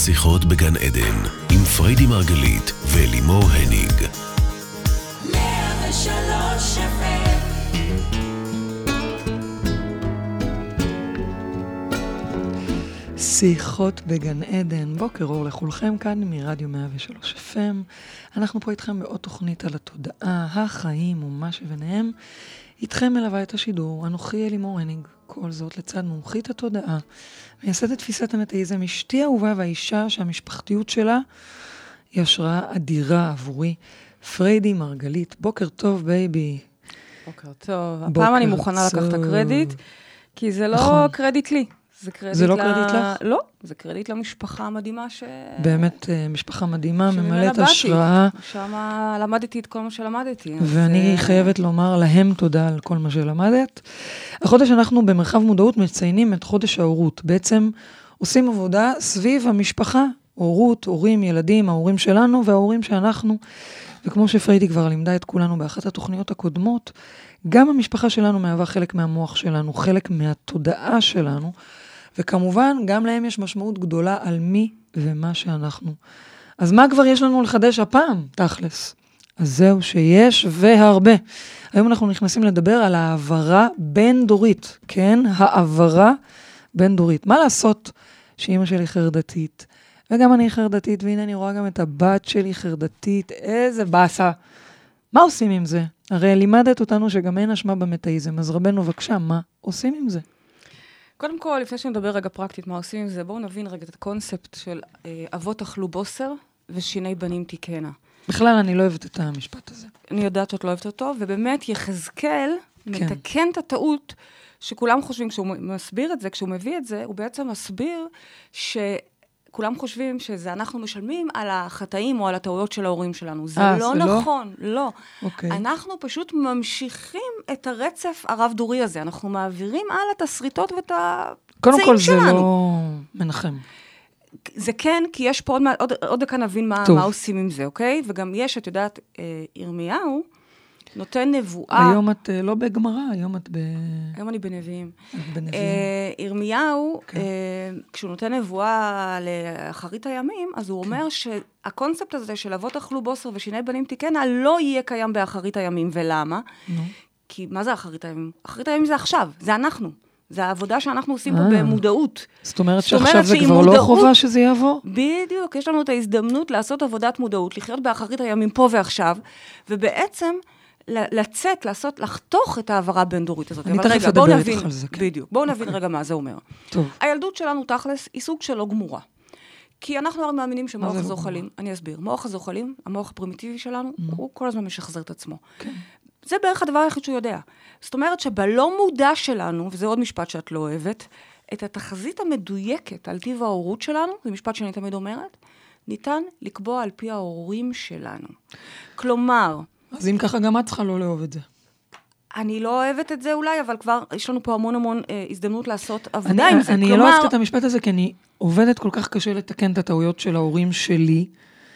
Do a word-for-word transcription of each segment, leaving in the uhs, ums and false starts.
שיחות בגן עדן, עם פריידי מרגלית ולימור הניג. מאה ושלוש אף אם. שיחות בגן עדן, בוקר אור לכולכם כאן מרדיו מאה ושלוש אף אם. אנחנו פה איתכם בעוד תוכנית על התודעה, החיים ומה שביניהם. איתכם מלווה את השידור, אנוכי לימור הניג, כל זאת לצד מומחית התודעה, מייסדת תפיסת המטאיזם, אשתי אהובה והאישה שהמשפחתיות שלה היא השראה אדירה עבורי, פריידי מרגלית. בוקר טוב בייבי. בוקר טוב. בוקר הפעם אני מוכנה טוב. לקחת את הקרדיט, כי זה לא נכון. קרדיט לי. זה קרדיט, זה לא ל... קרדיט לך? לא, זה קרדיט למשפחה המדהימה ש... באמת אה, משפחה מדהימה, שממנה ממלאת באתי. השראה. שמה למדתי את כל מה שלמדתי. ואני אז, חייבת לומר להם תודה על כל מה שלמדת. החודש אנחנו במרחב מודעות מציינים את חודש ההורות. בעצם עושים עבודה סביב המשפחה, הורות, הורים, ילדים, ההורים שלנו וההורים שאנחנו. וכמו שפריידי כבר לימדה את כולנו באחת התוכניות הקודמות, גם המשפחה שלנו מהווה חלק מהמוח שלנו, חלק מהתודעה שלנו, וכמובן גם להם יש משמעות גדולה על מי ומה שאנחנו. אז מה כבר יש לנו לחדש הפעם, תכלס? אז זהו שיש והרבה. היום אנחנו נכנסים לדבר על העברה בין דורית, כן? העברה בין דורית. מה לעשות שאמא שלי חרדתית, וגם אני חרדתית, והנה אני רואה גם את הבת שלי חרדתית, איזה באסה. מה עושים עם זה? הרי לימדת אותנו שגם אין אשמה במטאיזם, אז רבנו בבקשה, מה עושים עם זה? קודם כל, לפני שנדבר רגע פרקטית מה עושים עם זה, בואו נבין רגע את הקונספט של אה, אבות אכלו בוסר ושיני בנים תיקנה. בכלל אני לא אוהבת את המשפט הזה. אני יודעת שאת לא אוהבת אותו, ובאמת יחזקאל כן. מתקן את הטעות שכולם חושבים, כשהוא מסביר את זה, כשהוא מביא את זה, הוא בעצם מסביר שכולם חושבים שזה אנחנו משלמים על החטאים או על הטעויות של ההורים שלנו. זה 아, לא זה נכון, לא. לא. אוקיי. אנחנו פשוט ממשיכים את הרצף הרב-דורי הזה. אנחנו מעבירים על התסריטות ואת הצעים שלנו. קודם כל זה לא מנחם. זה כן, כי יש פה עוד, עוד, עוד דקה נבין מה, מה עושים עם זה, אוקיי? וגם יש, את יודעת, ירמיהו נותן נבואה. היום את לא בגמרא, היום את ב... היום אני בנביאים. את בנביאים. ירמיהו, כן. כשהוא נותן נבואה לאחרית הימים, אז הוא אומר שהקונספט הזה של אבות אכלו בוסר ושיני בנים תיקנה, לא יהיה קיים באחרית הימים. ולמה? נו. כי מה זה אחרית הימים? אחרית הימים זה עכשיו, זה אנחנו. זה העבודה שאנחנו עושים פה במודעות. זאת אומרת שעכשיו זה כבר לא חובה שזה יעבור? בדיוק, יש לנו את ההזדמנות לעשות עבודת מודעות, לחיות באחרית הימים פה ועכשיו, ובעצם לצאת, לעשות, לחתוך את העברה בין דורית הזאת. אני תכף אדבר איתך על זה. בדיוק, בואו נבין רגע מה זה אומר. טוב. הילדות שלנו תכלס היא סוג שלא גמורה. כי אנחנו הרי מאמינים שמוח הזוחלים, אני אסביר, מוח הזוחלים, המוח הפרימיטיבי שלנו, הוא כל הזמן משחזר את עצמו. זה בערך הדבר היחיד שהוא יודע. זאת אומרת שבלא מודע שלנו, וזה עוד משפט שאת לא אוהבת, את התחזית המדויקת על טיב ההורות שלנו, זה משפט שאני תמיד אומרת, ניתן לקבוע על פי ההורים שלנו. כלומר... אז אם ככה גם את צריכה לא לאהוב את זה. אני לא אוהבת את זה אולי, אבל כבר יש לנו פה המון המון אה, הזדמנות לעשות עבודה עם זה. אני כלומר... לא אוהבת את המשפט הזה, כי אני עובדת כל כך קשה לתקן את הטעויות של ההורים שלי,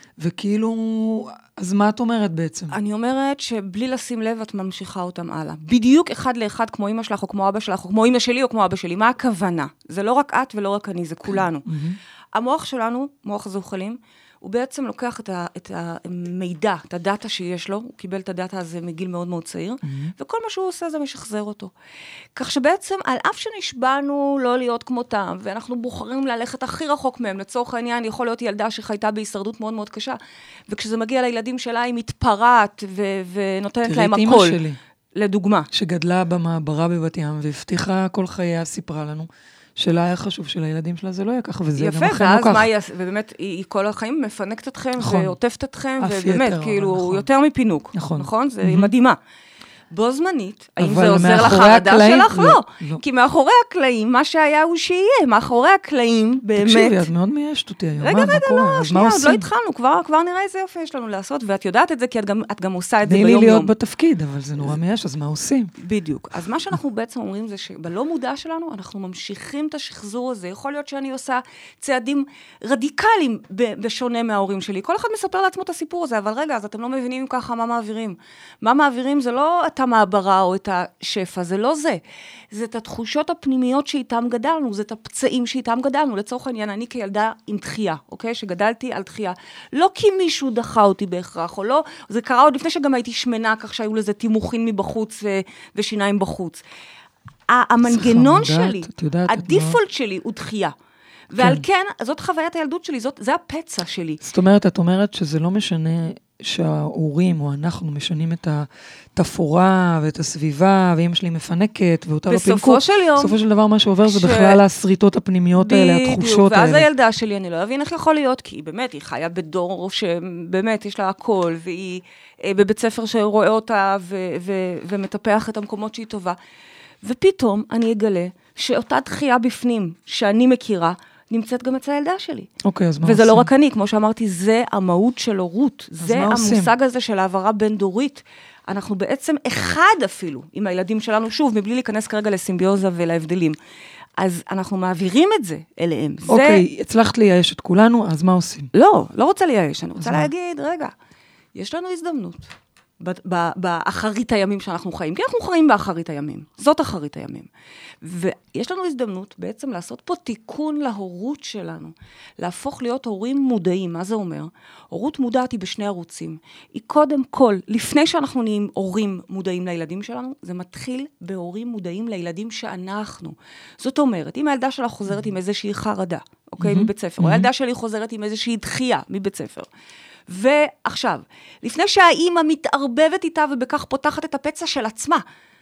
וכאילו, אז מה את אומרת בעצם? אני אומרת שבלי לשים לב, את ממשיכה אותם הלאה. בדיוק אחד לאחד, כמו אמא שלך, או כמו אבא שלך, או כמו אמא שלי, או כמו אבא שלי. מה הכוונה? זה לא רק את ולא רק אני, זה כולנו. המוח שלנו, מוח הזוחלים, הוא בעצם לוקח את, ה, את המידע, את הדאטה שיש לו, הוא קיבל את הדאטה הזה מגיל מאוד מאוד צעיר, וכל מה שהוא עושה זה משחזר אותו. כך שבעצם, על אף שנשבענו לא להיות כמותם, ואנחנו בוחרים ללכת הכי רחוק מהם, לצורך העניין, יכול להיות ילדה שחייתה בהישרדות מאוד מאוד קשה, וכשזה מגיע לילדים שלה, היא מתפרעת ו- ונותנת להם הכל. תראי את אמא שלי. לדוגמה. שגדלה במעברה בבת ים, והבטיחה כל חייה, סיפרה לנו, שלה היה חשוב שלילדים שלה זה לא יהיה ככה, וזה יפה, גם לכם לא כך. ואז מה היא, ובאמת, היא כל החיים מפנקת אתכם, נכון. ועוטפת אתכם, אף ובאמת, יתר, כאילו, נכון. יותר מפינוק. נכון. נכון? זה Mm-hmm. מדהימה. בו זמנית, האם זה עוזר מאחורי לחרדה הקלעים? שלך? לא, לא. לא. כי מאחורי הקלעים, מה שהיה הוא שיהיה. מאחורי הקלעים, באמת... תקשיבי, את מאוד מיישת אותי היום. רגע, מה, רגע, מה לא, קורה? אז שנייה, מה עוד עושים? לא התחלנו, כבר, כבר נראה איזה יופי יש לנו לעשות, ואת יודעת את זה, כי את גם, את גם עושה את זה תני ביום לי יום. להיות בתפקיד, אבל זה נורא מייש, אז מה עושים? בדיוק. אז מה שאנחנו בעצם אומרים זה שבלא מודע שלנו, אנחנו ממשיכים את השחזור הזה. יכול להיות שאני עושה צעדים רדיקליים בשונה מההורים שלי. כל אחד מספר לעצמו את הסיפור הזה, אבל רגע, אז אתם לא מבינים ככה מה מעבירים. מה מעבירים זה לא את המעברה או את השפע, זה לא זה. זה את התחושות הפנימיות שאיתם גדלנו, זה את הפצעים שאיתם גדלנו. לצורך העניין, אני כילדה עם דחייה, אוקיי? שגדלתי על דחייה. לא כי מישהו דחה אותי בהכרח, או לא, זה קרה עוד לפני שגם הייתי שמנה, כך שהיו לזה תימוכין מבחוץ ו- ושיניים בחוץ. המנגנון שלי, הדיפולט שלי הוא דחייה. ועל כן, זאת חוויית הילדות שלי, זאת, זה הפצע שלי. זאת אומרת, את אומרת שזה לא משנה שההורים או אנחנו משנים את התפאורה ואת הסביבה, ואמא שלי מפנקת, ואותה לא פינקו. בסופו של יום. בסופו של דבר מה שעובר זה בכלל הסריטות הפנימיות האלה, התחושות האלה. ואז הילדה שלי, אני לא אבין איך יכול להיות, כי היא באמת, היא חיה בדור שבאמת יש לה הכל, והיא בבית ספר שרואה אותה ומטפח את המקומות שהיא טובה. ופתאום אני אגלה שאותה דחייה בפנים שאני מכירה, נמצאת גם אצל הילדה שלי. אוקיי, אז מה וזה עושים? לא רק אני, כמו שאמרתי, זה המהות של הורות. זה מה עושים? המושג הזה של העברה בין-דורית. אנחנו בעצם אחד אפילו עם הילדים שלנו, שוב, מבלי להיכנס כרגע לסימביוזה ולהבדלים. אז אנחנו מעבירים את זה אליהם. אוקיי, זה... הצלחת לייאש את כולנו, אז מה עושים? לא, לא רוצה לייאש. אני רוצה מה? להגיד, רגע, יש לנו הזדמנות. באחרית הימים שאנחנו חיים, כי אנחנו חיים באחרית הימים, זאת אחרית הימים. ויש לנו הזדמנות בעצם לעשות פה תיקון להורות שלנו, להפוך להיות הורים מודעים. מה זה אומר? הורות מודעת היא בשני ערוצים. היא קודם כל, לפני שאנחנו נהיים הורים מודעים לילדים שלנו, זה מתחיל בהורים מודעים לילדים שאנחנו. זאת אומרת, אם הילדה שלה חוזרת עם איזושהי חרדה, אוקיי, מבית ספר, או הילדה שלי חוזרת עם איזושהי דחייה מבית ספר, ועכשיו, לפני שהאימא מתערבבת איתה ובכך פותחת את הפצע של עצמה,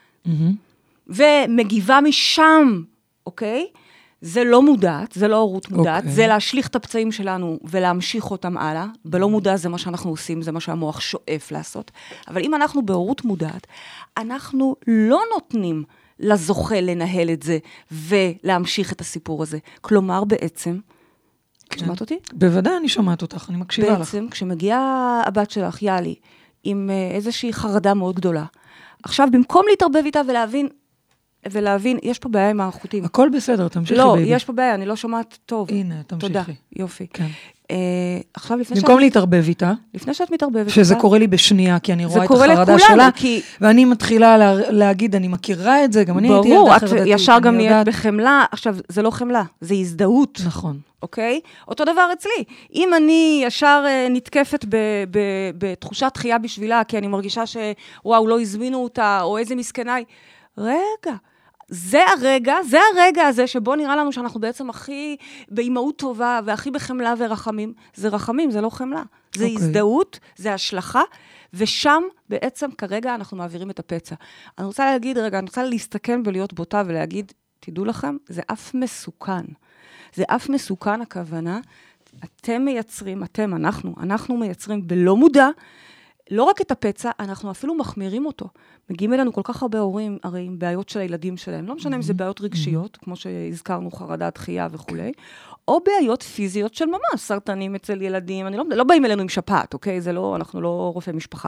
ומגיבה משם, אוקיי? זה לא מודעת, זה לא הורות מודעת, אוקיי. זה להשליך את הפצעים שלנו ולהמשיך אותם הלאה. בלא מודע זה מה שאנחנו עושים, זה מה שהמוח שואף לעשות. אבל אם אנחנו בהורות מודעת, אנחנו לא נותנים לזוכה לנהל את זה ולהמשיך את הסיפור הזה. כלומר, בעצם, שמעת אותי? בוודאי אני שומעת אותך, אני מקשיבה לך. בעצם, כשמגיעה הבת שלך, יאלי, עם איזושהי חרדה מאוד גדולה, עכשיו, במקום להתערבב איתה ולהבין, ולהבין, יש פה בעיה עם החוטים. הכל בסדר, תמשיכי לא, בייבי. יש פה בעיה, אני לא שומעת טוב. הנה, תמשיכי. תודה, יופי. כן. אה, עכשיו, לפני במקום שאת... להתערבב איתה, לפני שאת מתערבבת שזה איתה, קורה לי בשנייה, כי אני רואה את קורה החרדה לכולנו, שלה, כי- ואני מתחילה לה, להגיד, אני מכירה את זה, גם אני הייתי ברור, ילדה את חרדתית. ישר גם אני נהיית יודעת- בחמלה. עכשיו, זה לא חמלה, זה הזדהות. נכון. אוקיי? אותו דבר אצלי. אם אני ישר uh, נתקפת ב- ב- בתחושת דחייה בשבילה, כי אני מרגישה שוואו, לא הזמינו אותה, או איזה מסכנה היא, רגע, זה הרגע, זה הרגע הזה שבו נראה לנו שאנחנו בעצם הכי באימהות טובה, והכי בחמלה ורחמים. זה רחמים, זה לא חמלה. זה אוקיי. הזדהות, זה השלכה, ושם בעצם כרגע אנחנו מעבירים את הפצע. אני רוצה להגיד, רגע, אני רוצה להסתכן ולהיות בוטה ולהגיד, תדעו לכם, זה אף מסוכן. זה אף מסוכן הכוונה, אתם מייצרים, אתם, אנחנו, אנחנו מייצרים בלא מודע, לא רק את הפצע, אנחנו אפילו מחמירים אותו. מגיעים אלינו כל כך הרבה הורים, הרי עם בעיות של הילדים שלהם, לא משנה אם זה בעיות רגשיות, כמו שהזכרנו, חרדה, דחייה וכו', או בעיות פיזיות של ממש, סרטנים אצל ילדים, אני לא, לא באים אלינו עם שפעת, אוקיי? זה לא, אנחנו לא רופא משפחה.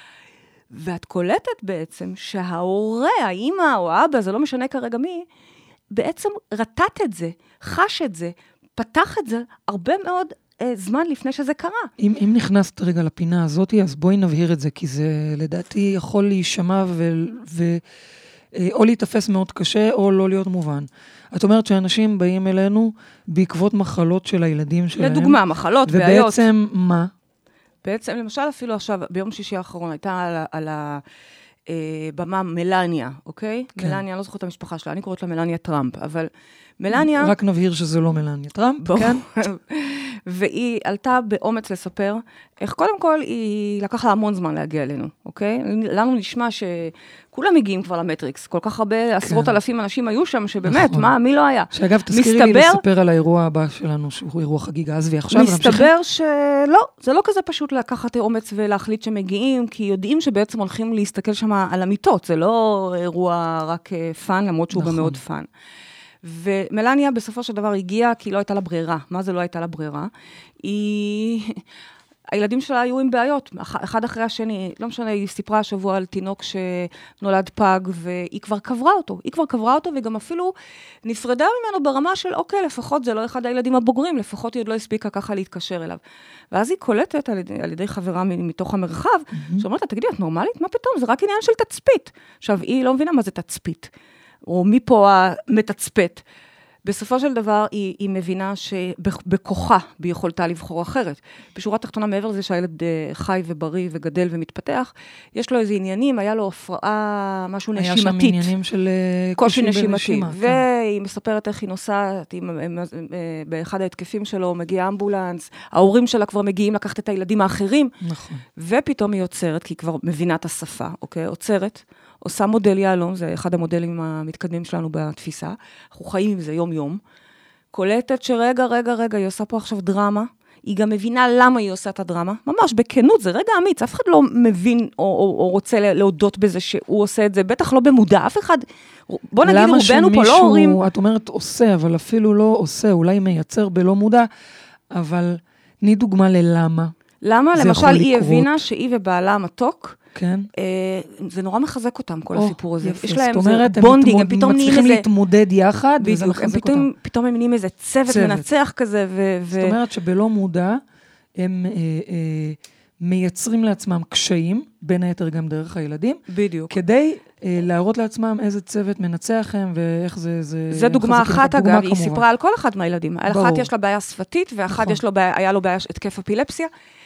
ואת קולטת בעצם שההורה, האמא או האבא, זה לא משנה כרגע מי, בעצם רטט את זה, חש את זה, פתח את זה הרבה מאוד אה, זמן לפני שזה קרה. אם, אם נכנסת רגע לפינה הזאת, אז בואי נבהיר את זה, כי זה לדעתי יכול להישמע ו, ו, אה, או להתאפס מאוד קשה, או לא להיות מובן. את אומרת שאנשים באים אלינו בעקבות מחלות של הילדים שלהם. לדוגמה, מחלות, בעיות. ובעצם מה? בעצם, למשל אפילו עכשיו, ביום שישי האחרון, הייתה על, ה- על הבמה מלניה, אוקיי? כן. מלניה, אני לא זוכרת את המשפחה שלה, אני קוראת לה מלניה טראמפ, אבל מלניה... רק נבהיר שזה לא מלניה טראמפ, בוא. כן? והיא עלתה באומץ לספר, איך קודם כל היא לקח לה המון זמן להגיע אלינו, אוקיי? לנו נשמע שכולם מגיעים כבר למטריקס, כל כך הרבה עשרות אלפים אנשים היו שם, שבאמת, נכון. מה, מי לא היה? שאגב, תזכירי לי לספר על האירוע הבא שלנו, שהוא אירוע חגיגה, עזבי עכשיו, נמשיך. מסתבר שלא, זה לא כזה פשוט לקחת אומץ ולהחליט שמגיעים, כי יודעים שבעצם הולכים להסתכל שם על המיטות, זה לא אירוע רק פן, למרות שהוא גם מאוד פן. ומלניה בסופו של דבר הגיעה, כי לא הייתה לה ברירה. מה זה לא הייתה לה ברירה? היא... הילדים שלה היו עם בעיות, אחד אחרי השני, לא משנה, היא סיפרה השבוע על תינוק שנולד פג, והיא כבר קברה אותו, היא כבר קברה אותו, וגם אפילו נפרדה ממנו ברמה של, אוקיי, לפחות זה לא אחד הילדים הבוגרים, לפחות היא עוד לא הספיקה ככה להתקשר אליו. ואז היא קולטת על ידי, על ידי חברה מתוך המרחב, mm-hmm. שאומרת לה, תגידי, את נורמלית? מה פתאום? זה רק עניין של תצפית. עכשיו, היא לא מבינה מה זה תצפית, או מי פה המתצפת. בסופו של דבר, היא, היא מבינה שבכוחה, ביכולתה לבחור אחרת. בשורה תחתונה, מעבר לזה שהילד חי ובריא וגדל ומתפתח, יש לו איזה עניינים, היה לו הפרעה, משהו היה נשימתית. היה שם עניינים של קושי נשימתי. בנשימה, והיא כן. מספרת איך היא נוסעת, היא, באחד ההתקפים שלו מגיע אמבולנס, ההורים שלה כבר מגיעים לקחת את הילדים האחרים, נכון. ופתאום היא עוצרת, כי היא כבר מבינה את השפה, אוקיי? עוצרת. עושה מודל יעלום, זה אחד המודלים המתקדמים שלנו בתפיסה, אנחנו חיים עם זה יום-יום, קולטת שרגע, רגע, רגע, היא עושה פה עכשיו דרמה, היא גם מבינה למה היא עושה את הדרמה, ממש בכנות, זה רגע אמיץ, אף אחד לא מבין או, או, או רוצה להודות בזה שהוא עושה את זה, בטח לא במודע, אף אחד, בוא נגיד, רובנו פה לא הורים. למה שמישהו, את אומרת עושה, אבל אפילו לא עושה, אולי מייצר בלא מודע, אבל תני דוגמה ללמה. למה? למשל, היא הבינה שהיא ובעלה המתוק, כן. זה נורא מחזק אותם, כל הסיפור הזה. יש להם בונדינג, הם פתאום מצליחים להתמודד יחד, וזה מחזק אותם. פתאום הם נהיים איזה צוות מנצח כזה. זאת אומרת שבלא מודע, הם מייצרים לעצמם קשיים, בין היתר גם דרך הילדים. בדיוק. כדי להראות לעצמם איזה צוות מנצח הם, ואיך זה... זה דוגמה אחת, אגב, היא סיפרה על כל אחד מהילדים. אחת יש לה בעיה שפתית, ואחת היה לו בעיה התקף אפילפסיה.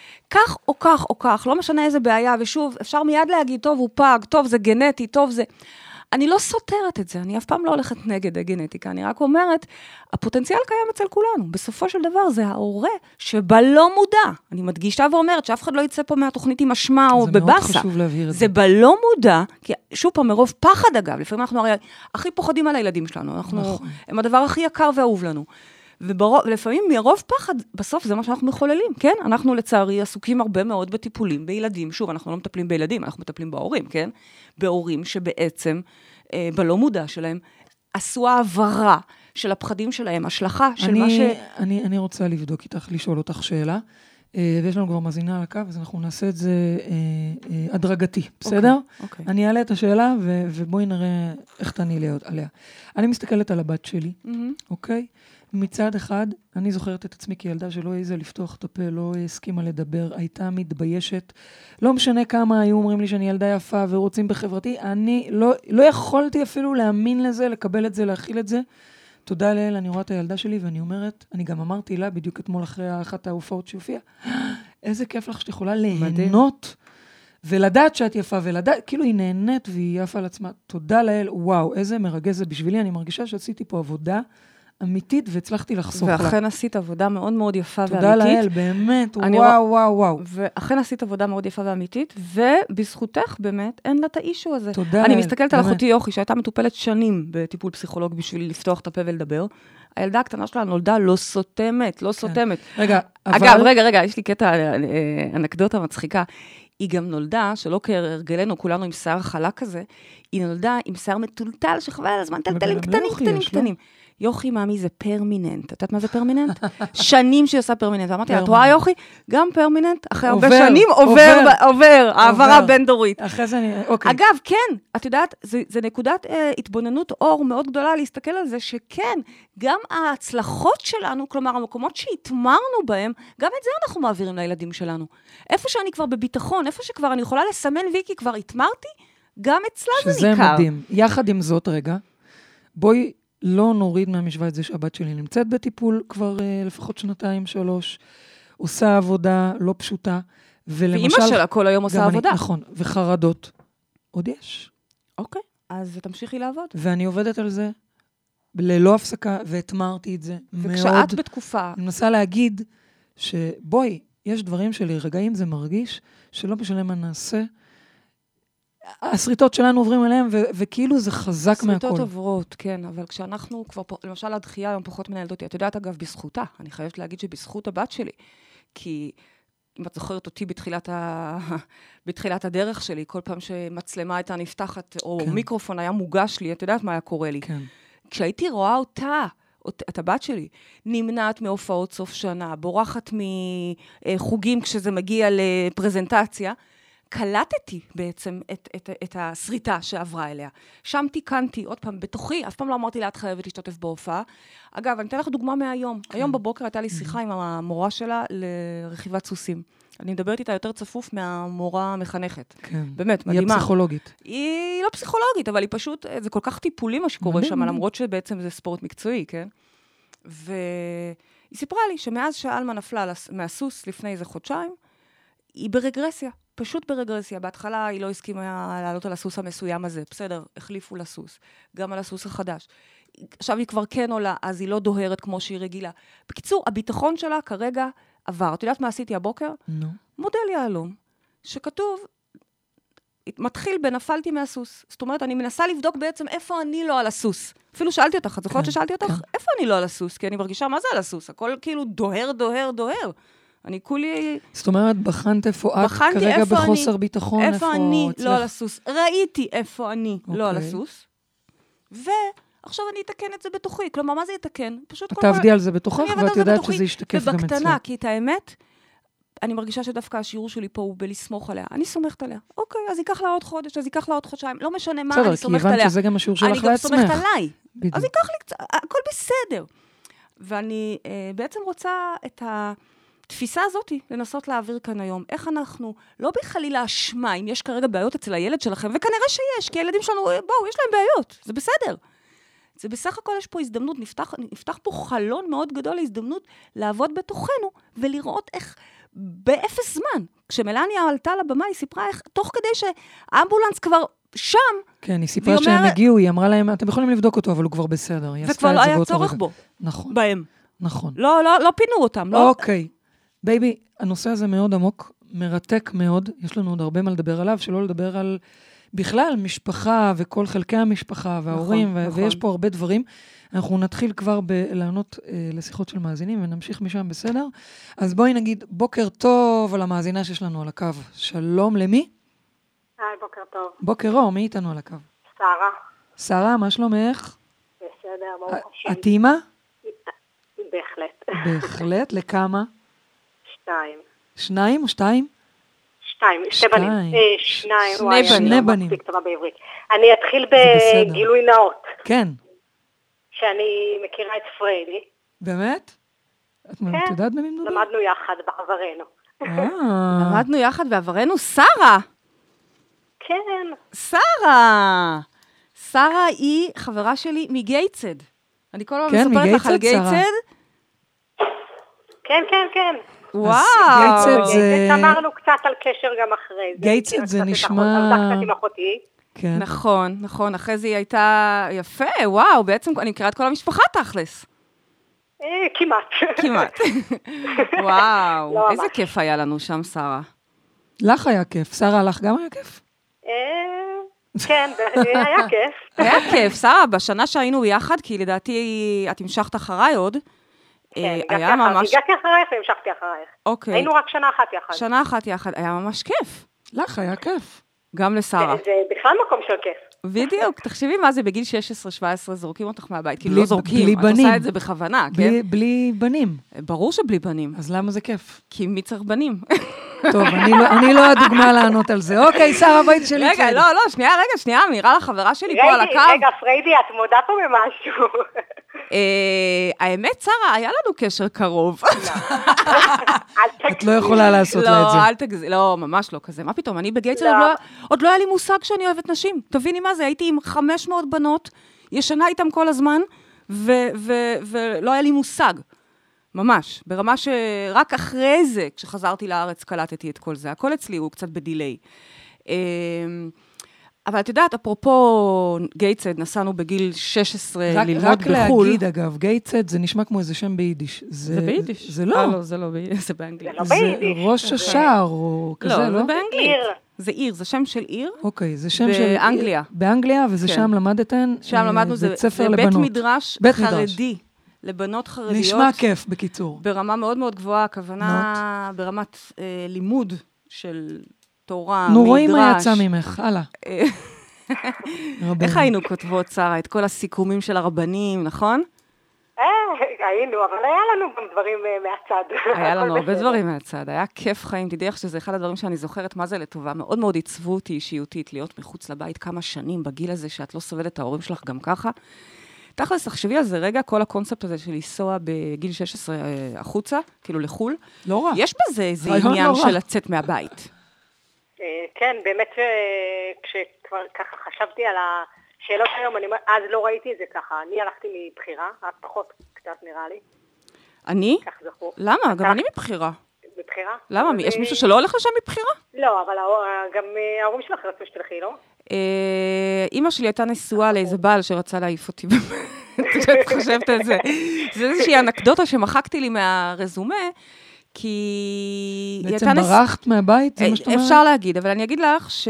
כך או כך או כך, לא משנה איזה בעיה, ושוב, אפשר מיד להגיד, טוב, הוא פג, טוב, זה גנטי, טוב, זה... אני לא סותרת את זה, אני אף פעם לא הולכת נגד הגנטיקה, אני רק אומרת, הפוטנציאל קיים אצל כולנו, בסופו של דבר זה ההורה שבלא מודע, אני מדגישה ואומרת שאף אחד לא יצא פה מהתוכנית עם אשמה או בבאסה. זה מאוד חשוב להבהיר את זה. זה בלא מודע, כי שוב פעם, מרוב פחד אגב, לפעמים אנחנו הרי הכי פוחדים על הילדים שלנו, אנחנו, נכון. הם הדבר הכי יקר ואהוב לנו. ולפעמים מרוב פחד, בסוף זה מה שאנחנו מחוללים, כן? אנחנו לצערי עסוקים הרבה מאוד בטיפולים בילדים, שוב, אנחנו לא מטפלים בילדים, אנחנו מטפלים בהורים, כן? בהורים שבעצם, אה, בלא מודע שלהם, עשו העברה של הפחדים שלהם, השלכה של אני, מה ש... אני, אני רוצה לבדוק איתך, לשאול אותך שאלה, אה, ויש לנו כבר מאזינה על הקו, אז אנחנו נעשה את זה אה, אה, הדרגתי, בסדר? אוקיי, אוקיי. אני אעלה את השאלה, ו, ובואי נראה איך תעני עליה. אני מסתכלת על הבת שלי, Mm-hmm. אוקיי? מצד אחד, אני זוכרת את עצמי כילדה שלא העיזה לפתוח את הפה, לא הסכימה לדבר, הייתה מתביישת. לא משנה כמה היו אומרים לי שאני ילדה יפה ורוצים בחברתי, אני לא, לא יכולתי אפילו להאמין לזה, לקבל את זה, להכיל את זה. תודה לאל, אני רואה את הילדה שלי ואני אומרת, אני גם אמרתי לה בדיוק אתמול אחרי אחת ההופעות שהופיעה, איזה כיף לך שאת יכולה ליהנות ולדעת שאת יפה, ולדעת, כאילו היא נהנית והיא יפה על עצמה. תודה לאל, וואו, איזה מרגש זה בשבילי, אני מרגישה שעשיתי פה עבודה אמיתית, והצלחתי לחסוך לה. ואכן עשית עבודה מאוד מאוד יפה ואמיתית. תודה לאל, באמת, וואו, וואו, וואו. ואכן עשית עבודה מאוד יפה ואמיתית, ובזכותך באמת אין לה את האישו הזה. תודה לאל. אני מסתכלת על אחותי יוכי, שהייתה מטופלת שנים בטיפול פסיכולוג בשביל לפתוח את הפה ולדבר. הילדה הקטנה שלה נולדה לא סותמת, לא סותמת. רגע, אבל... אגב, רגע, רגע, יש לי קטע, אנקדוטה מצחיקה. היא גם נולדה, שלא כהרגלנו, כולנו עם שיער חלק כזה, היא נולדה עם שיער מטולטל, שחבל על הזמן, טלטלים קטנים, קטנים, קטנים. יוכי, מאמי, זה פרמיננט. את יודעת מה זה פרמיננט? שנים שהיא עושה פרמיננט. ואמרתי, את רואה יוכי? גם פרמיננט, אחרי הרבה שנים עובר, עובר, העברה בין-דורית. אחרי זה אני, אוקיי. אגב, כן, את יודעת, זה נקודת התבוננות אור מאוד גדולה להסתכל על זה, שכן, גם ההצלחות שלנו, כלומר, המקומות שהתמרנו בהם, גם את זה אנחנו מעבירים לילדים שלנו. איפה שאני כבר בביטחון, איפה שכבר אני יכולה לסמן ויקי, כבר התמרתי, גם אצלה זה ניכר. שזה מדהים. יחד עם זאת, רגע, בואי לא נוריד מהמשוואה את זה שהבת שלי נמצאת בטיפול כבר uh, לפחות שנתיים, שלוש, עושה עבודה לא פשוטה, ולמשל... ואמא שלה כל היום עושה עבודה. אני, נכון, וחרדות. עוד יש. אוקיי, אז תמשיכי לעבוד. ואני עובדת על זה ללא הפסקה, והתמרתי את זה מאוד. וכשאת בתקופה... אני מנסה להגיד שבואי, יש דברים שלי, רגעים זה מרגיש, שלא משנה מה נעשה, הסריטות שלנו עוברים אליהם, ו- וכאילו זה חזק מהכל. סריטות עוברות, כן, אבל כשאנחנו כבר, למשל, הדחייה היום פחות מנהלת אותי, את יודעת, אגב, בזכותה, אני חייבת להגיד שבזכות הבת שלי, כי אם את זוכרת אותי בתחילת, ה... בתחילת הדרך שלי, כל פעם שמצלמה הייתה נפתחת, או כן. מיקרופון היה מוגש לי, את יודעת מה היה קורה לי. כן. כשהייתי רואה אותה, את הבת שלי, נמנעת מהופעות סוף שנה, בורחת מחוגים כשזה מגיע לפרזנטציה, קלטתי בעצם את, את, את הסריטה שעברה אליה. שם תיקנתי, עוד פעם, בתוכי, אף פעם לא אמרתי לה, את חייבת להשתתף בהופעה. אגב, אני אתן לך דוגמה מהיום. כן. היום בבוקר הייתה לי שיחה עם המורה שלה לרכיבת סוסים. אני מדברת איתה יותר צפוף מהמורה המחנכת. כן. באמת, מדהימה. היא פסיכולוגית. היא לא פסיכולוגית, אבל היא פשוט, זה כל כך טיפולי מה שקורה שם, למרות שבעצם זה ספורט מקצועי, כן? והיא סיפרה לי שמאז שאלמה נפלה מהסוס לפני איזה חודשיים, היא ברגרסיה, פשוט ברגרסיה. בהתחלה היא לא הסכימה לעלות על הסוס המסוים הזה. בסדר, החליפו לסוס. גם על הסוס החדש. עכשיו היא כבר כן עולה, אז היא לא דוהרת כמו שהיא רגילה. בקיצור, הביטחון שלה כרגע עבר. את יודעת מה עשיתי הבוקר? נו. מודל יהלום, שכתוב, מתחיל בנפלתי מהסוס. זאת אומרת, אני מנסה לבדוק בעצם איפה אני לא על הסוס. אפילו שאלתי אותך, את זוכרת ששאלתי אותך? איפה אני לא על הסוס? כי אני מרגישה, מה זה על הסוס? הכל כאילו דוהר, דוהר, דוהר. אני כולי... זאת אומרת, בחנת איפה את כרגע בחוסר ביטחון, איפה אני לא על הסוס. ראיתי איפה אני לא על הסוס, ועכשיו אני אתקן את זה בתוכי. כלומר, מה זה יתקן? פשוט את תעבדי על זה בתוכך, ואת יודעת שזה ישתקף גם אצלך. ובקטנה, כי את האמת, אני מרגישה שדווקא השיעור שלי פה הוא בלסמוך עליה. אני סומכת עליה. אוקיי, אז ייקח לה עוד חודש, אז ייקח לה עוד חודשיים. לא משנה מה, אני סומכת עליה. בסדר, כי הבנת שזה גם השיעור שלך לעצמך. אני גם סומכת עליי. אז ייקח לי קצת, הכל בסדר. ואני בעצם רוצה את ה... תפיסה הזאת היא לנסות להעביר כאן היום. איך אנחנו, לא בחלילה אשמה, אם יש כרגע בעיות אצל הילד שלכם, וכנראה שיש, כי הילדים שלנו, בואו, יש להם בעיות, זה בסדר. זה בסך הכל יש פה הזדמנות, נפתח, נפתח פה חלון מאוד גדול להזדמנות לעבוד בתוכנו, ולראות איך, באפס זמן, כשמלניה עלתה לבמה, היא סיפרה איך, תוך כדי שהאמבולנס כבר שם, כן, היא סיפרה שהם אומר... הגיעו, היא אמרה להם, אתם יכולים לבדוק אותו, אבל הוא כבר בסדר. וכבר לא היה צורך בו. נכון. בהם. נכון. לא, לא, לא פינו אותם. לא... אוקיי. בייבי, הנושא הזה מאוד עמוק, מרתק מאוד, יש לנו עוד הרבה מה לדבר עליו, שלא לדבר על בכלל משפחה וכל חלקי המשפחה וההורים, נכון, ו- נכון. ויש פה הרבה דברים. אנחנו נתחיל כבר לענות אה, לשיחות של מאזינים, ונמשיך משם בסדר. אז בואי נגיד בוקר טוב על המאזינה שיש לנו על הקו. שלום למי? היי, בוקר טוב. בוקר אור, מי איתנו על הקו? שרה. שרה, מה שלומך? בסדר, ברוך השם. את אימא? בהחלט. בהחלט, לכמה? שתיים. שניים או שתיים? שתיים, שתי בנים. שניים. שני בנים. שני בנים. אני אתחיל בגילוי נאות. כן. שאני מכירה את פריידי. באמת? את יודעת במי מדובר? למדנו יחד בעברנו. למדנו יחד בעברנו? שרה! כן. שרה! שרה היא חברה שלי מגייצד. אני כל הזמן מספרת לך על גייצד. כן, כן, כן. וואו. גייצד זה... אמרנו קצת על קשר גם אחרי זה. גייצד זה נשמע... עבדה קצת עם אחותי. כן. נכון, נכון. אחרי זה היא הייתה יפה, וואו. בעצם אני מכירה את כל המשפחה תכלס. כמעט. כמעט. וואו. איזה כיף היה לנו שם, שרה. לך היה כיף. שרה, לך גם היה כיף? כן, היה כיף. היה כיף. שרה, בשנה שהיינו ביחד, כי לדעתי את המשכת אחריי עוד, כן, הגעתי אחרייך והמשכתי אחרייך. אוקיי. היינו רק שנה אחת יחד. שנה אחת יחד, היה ממש כיף. לך היה כיף. גם לשרה. זה בכלל מקום של כיף. בדיוק, תחשבי מה זה, בגיל שש עשרה שבע עשרה זורקים אותך מהבית, כאילו לא זורקים, את עושה את זה בכוונה, כן? בלי בנים. ברור שבלי בנים. אז למה זה כיף? כי מי צריך בנים? טוב, אני לא הדוגמה לענות על זה. אוקיי, שרה, בואי שלי. רגע, לא, לא, שנייה, רגע, שנייה, מירה לחברה שלי פה על הקו. רגע, פריידי, את מודה פה במשהו. האמת, שרה, היה לנו קשר קרוב. את לא יכולה לעשות לה את זה. לא, אל תגזי, לא, ממש לא כזה. מה פתאום, אני בגייצד עוד לא היה לי מושג שאני אוהבת נשים. תביני מה זה, הייתי עם חמש מאות בנות, ישנה איתם כל הזמן, ולא היה לי מושג. ממש, ברמה שרק אחרי זה, כשחזרתי לארץ, קלטתי את כל זה. הכל אצלי הוא קצת בדיליי. אבל את יודעת, אפרופו גייצד, נסענו בגיל שש עשרה ללמוד בחול. רק להגיד, אגב, גייצד זה נשמע כמו איזה שם ביידיש. זה ביידיש? זה לא. לא, זה לא ביידיש, זה באנגלית. זה ראש השער או כזה, לא? לא, זה באנגלית. זה עיר, זה שם של עיר. אוקיי, זה שם של... באנגליה. באנגליה, וזה שם למדתן. שם למדנו, זה בית מדרש חרדי. לבנות חרדיות. נשמע כיף, בקיצור. ברמה מאוד מאוד גבוהה, הכוונה ברמת לימוד של תורה, מדרש. נו, רואים מה יצא ממך, הלאה. איך היינו כותבות, שרה, את כל הסיכומים של הרבנים, נכון? היינו, אבל היה לנו גם דברים מהצד. היה לנו הרבה דברים מהצד, היה כיף חיים, תדעי איך שזה אחד הדברים שאני זוכרת, מה זה לטובה, מאוד מאוד עיצבו אותי אישיותית, להיות מחוץ לבית כמה שנים בגיל הזה, שאת לא סובלת את ההורים שלך גם ככה. תכלס, תחשבי על זה רגע, כל הקונספט הזה של לנסוע בגיל שש עשרה החוצה, כאילו לחול. לא רע. יש בזה איזה עניין של לצאת מהבית. כן, באמת כשכבר ככה חשבתי על השאלות היום, אני, אז לא ראיתי את זה ככה. אני הלכתי מבחירה, את פחות קצת נראה לי. אני? כך זכור. למה? גם אני מבחירה. מבחירה? למה? יש מישהו שלא הולך לשם מבחירה? לא, אבל גם ההורים שלך רצו שתלכי, לא? אמא שלי הייתה נשואה לאיזה בעל שרצה להעיף אותי, את חושבת על זה. זה איזושהי אנקדוטה שמחקתי לי מהרזומה, כי... בעצם ברחת מהבית? זה מה שאת אומרת? אפשר להגיד, אבל אני אגיד לך ש...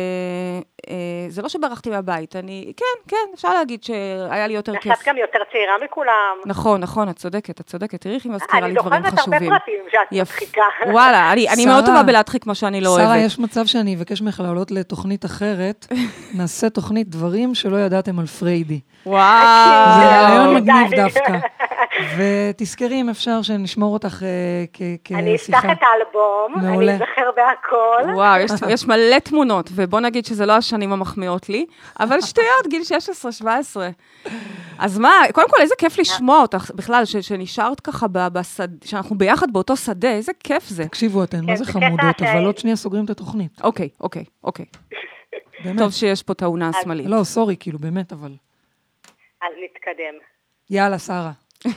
זה לא שברחתי מהבית, אני... כן, כן, אפשר להגיד שהיה לי יותר כיף. את גם יותר צעירה מכולם. נכון, נכון, את צודקת, את צודקת. תראי איך היא מזכירה לי דברים חשובים. אני זוכרת הרבה פרטים שאת מצחיקה. וואלה, אני מאוד טובה בלהדחיק מה שאני לא אוהבת. שרה, יש מצב שאני אבקש ממך לעלות לתוכנית אחרת, נעשה תוכנית דברים שלא ידעתם על פריידי. וואו. זה רעיון מגניב דווקא. ותזכרי אם אפשר שנשמור אותך כשיחה. אני אפתח את האלבום, אני אזכר בהכל. וואו, יש מלא תמונות, ובוא נגיד שזה לא השנים המחמיאות לי, אבל שטויות, גיל שש עשרה שבע עשרה. אז מה, קודם כל, איזה כיף לשמוע אותך, בכלל, שנשארת ככה, שאנחנו ביחד באותו שדה, איזה כיף זה. תקשיבו אתן, מה זה חמודות, אבל עוד שנייה סוגרים את התוכנית. אוקיי, אוקיי, אוקיי. טוב שיש פה טעונה השמאלית. לא, סורי, כאילו, באמת, אבל... אז נתקדם. יאללה, שרה.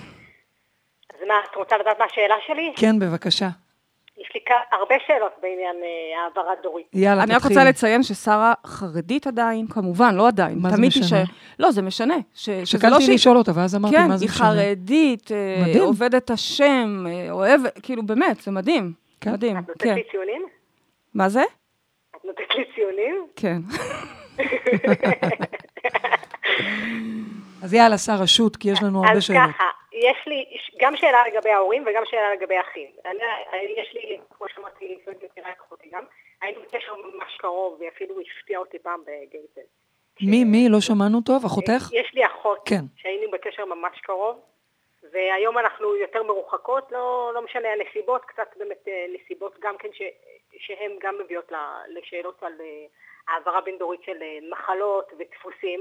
אז מה, את רוצה לדעת מה השאלה שלי? כן, בבקשה. יש לי הרבה שאלות בעניין העברת דורית. יאללה, תתחיל. אני רק רוצה לציין ששרה חרדית עדיין, כמובן, לא עדיין. מה זה משנה? לא, זה משנה. שקלתי לשאול אותה, ואז אמרתי מה זה משנה. כן, היא חרדית, עובדת השם, אוהבת, כאילו באמת, זה מדהים. מדהים, את נותנת לי ציונים? מה זה? את נותנת לי ציונים? כן. אז יאללה, שרה, שוט, כי יש לנו הרבה שאלות. אז ככה, יש לי גם שאלה לגבי ההורים וגם שאלה לגבי אחים. יש לי, כמו שאמרתי, מכירה את אחותי גם, היינו בקשר ממש קרוב, ואפילו הפתיע אותי פעם בגייטל. מי, מי? לא שמענו טוב? אחותך? יש לי אחות, שהיינו בקשר ממש קרוב, והיום אנחנו יותר מרוחקות, לא משנה הנסיבות, קצת באמת נסיבות גם כן, שהן גם מביאות לשאלות על העברה בין דורית של מחלות ודפוסים.